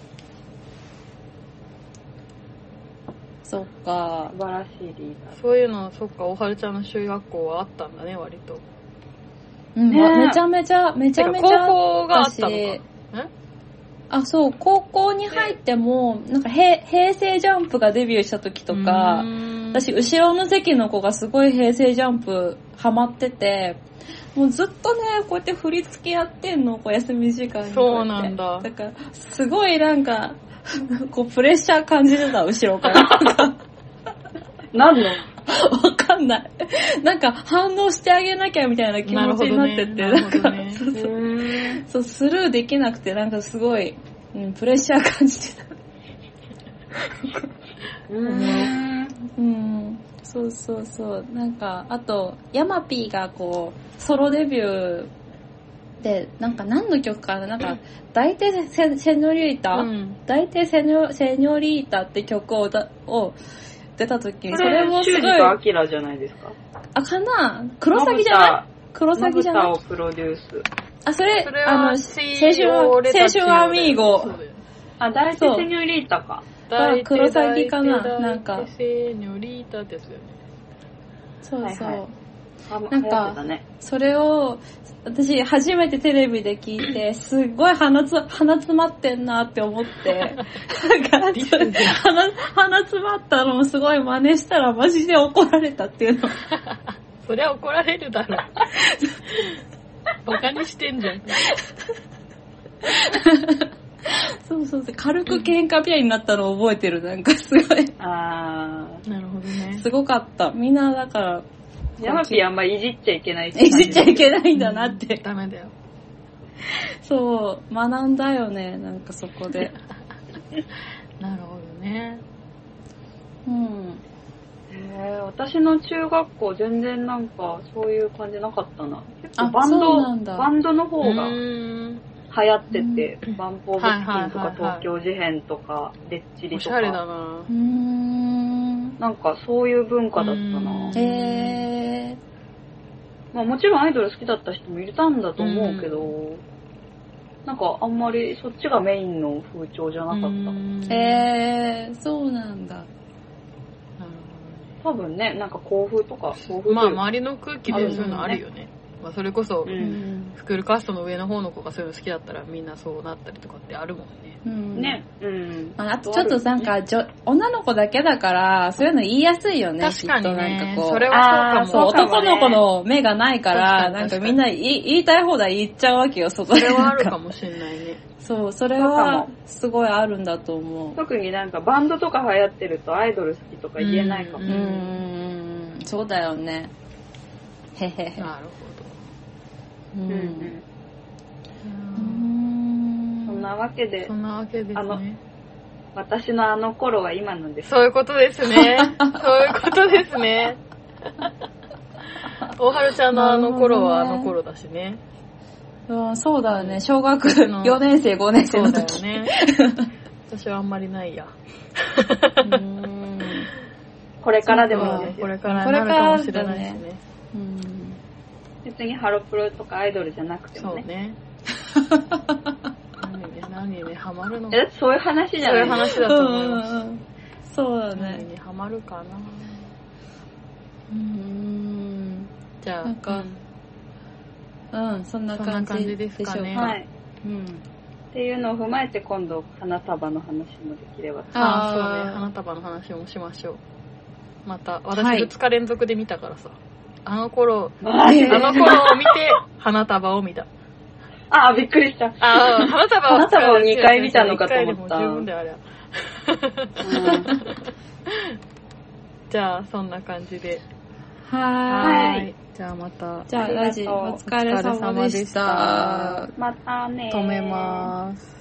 そっか素晴らしいリーダー。 そういうのそっかおはるちゃんの中学校はあったんだね割と、 うんね、めちゃめちゃめちゃめちゃ高校があったのかえあ、そう、高校に入っても、なんか平、平成ジャンプがデビューした時とか、私、後ろの席の子がすごい平成ジャンプハマってて、もうずっとね、こうやって振り付けやってんの、こう休み時間に。 そうなんだ。 だから、すごいなんか、こうプレッシャー感じてた、後ろから。 何のわかんない。なんか反応してあげなきゃみたいな気持ちになってて、な、ね、なんか、ね、そうそうそうスルーできなくてなんかすごい、うん、プレッシャー感じてた。うーん、うん、そうそうそうなんかあとヤマピーがこうソロデビューでなんか何の曲かななんか大体セセニョリータ、うん、大体セニョセニョリータって曲をだを出た時にそれもすごい。 修二とアキラじゃないですか。 あ、かなクロサギじゃないクロサギじゃないマブタをプロデュース。 あ、それ、 それあの、青春、青春アミーゴ。 あ、大体セニョリータか。 あ、クロサギかななんか。 セニョリータってやつだよね。 そうそう。 はいはい、 なんか、ね、それを、私初めてテレビで聞いて、すっごい鼻つ、鼻詰まってんなって思って、なんか、鼻、鼻詰まったのをすごい真似したらマジで怒られたっていうの。 そりゃ怒られるだろ。バカにしてんじゃん。 そうそうそう、軽く喧嘩ピアになったのを覚えてる、なんかすごい。 あー、なるほどね。 すごかった。みんなだから、 ヤマピーあんまいじっちゃいけない。 いじっちゃいけないんだなって。 うん、ダメだよ。 そう、学んだよね、なんかそこで。 なるほどね。 うん。 へー、私の中学校全然なんかそういう感じなかったな。結構バンド、バンドの方が流行ってて、バンポーブチキンとか東京事変とか、レッチリとか。 おしゃれだな。 うーんなんかそういう文化だったな。 へー。 まあもちろんアイドル好きだった人もいたんだと思うけど、うん、なんかあんまりそっちがメインの風潮じゃなかった。 へー、そうなんだ。 多分ね、なんか校風とか、校風まあ周りの空気でそういうのあるよね。まあ、それこそ、うん、スクールカーストの上の方の子がそういうの好きだったらみんなそうなったりとかってあるもんね。 うん、 ね。うん。 あとちょっとなんか、ね、女の子だけだからそういうの言いやすいよね。 確かにね。 きっとなんかこうそれはそうかも。 そう、男の子の目がないから、なんかみんな言い、言いたい放題言っちゃうわけよ、そこで。 それはあるかもしれないね。 そう、それはすごいあるんだと思う。 特になんかバンドとか流行ってるとアイドル好きとか言えないかも。 うん、うん、そうだよね。へへへ。 なるほど。 うんうんうん、そんなわけで、 そんなわけですね。 あの、私のあの頃は今なんです。 そういうことですね。そういうことですね。大春ちゃんのあの頃はあの頃だしね。 うん、そうだよね。小学よねん生、ごねん生の時。 そうだよね。私はあんまりないや。 うーんこれからでもいいですよ。 これからなるかもしれないですね。 うん、 別にハロプロとかアイドルじゃなくてもね。 そうね。何ね、何ね、ハマるの。 え、そういう話じゃない。 そういう話だと思います。うん、 そうだね。 何にハマるかな。 うーん。 じゃあ、 なんか、うん、うん、そんな感じでしょうか。 ね、 はい。 うん。 っていうのを踏まえて今度花束の話もできれば。 ああ、そうね。花束の話もしましょう。また、私ふつか連続で見たからさ。はい、あの頃、あの頃を見て、花束を見た。 ああ、びっくりした。 ああ、花束を花束をにかい見たのかと思った。 いっかいでも十分であれゃ。じゃあ、そんな感じで。 はーい。 じゃあまた。 じゃあ、ラジオお疲れ様でした。 またね。 止めます。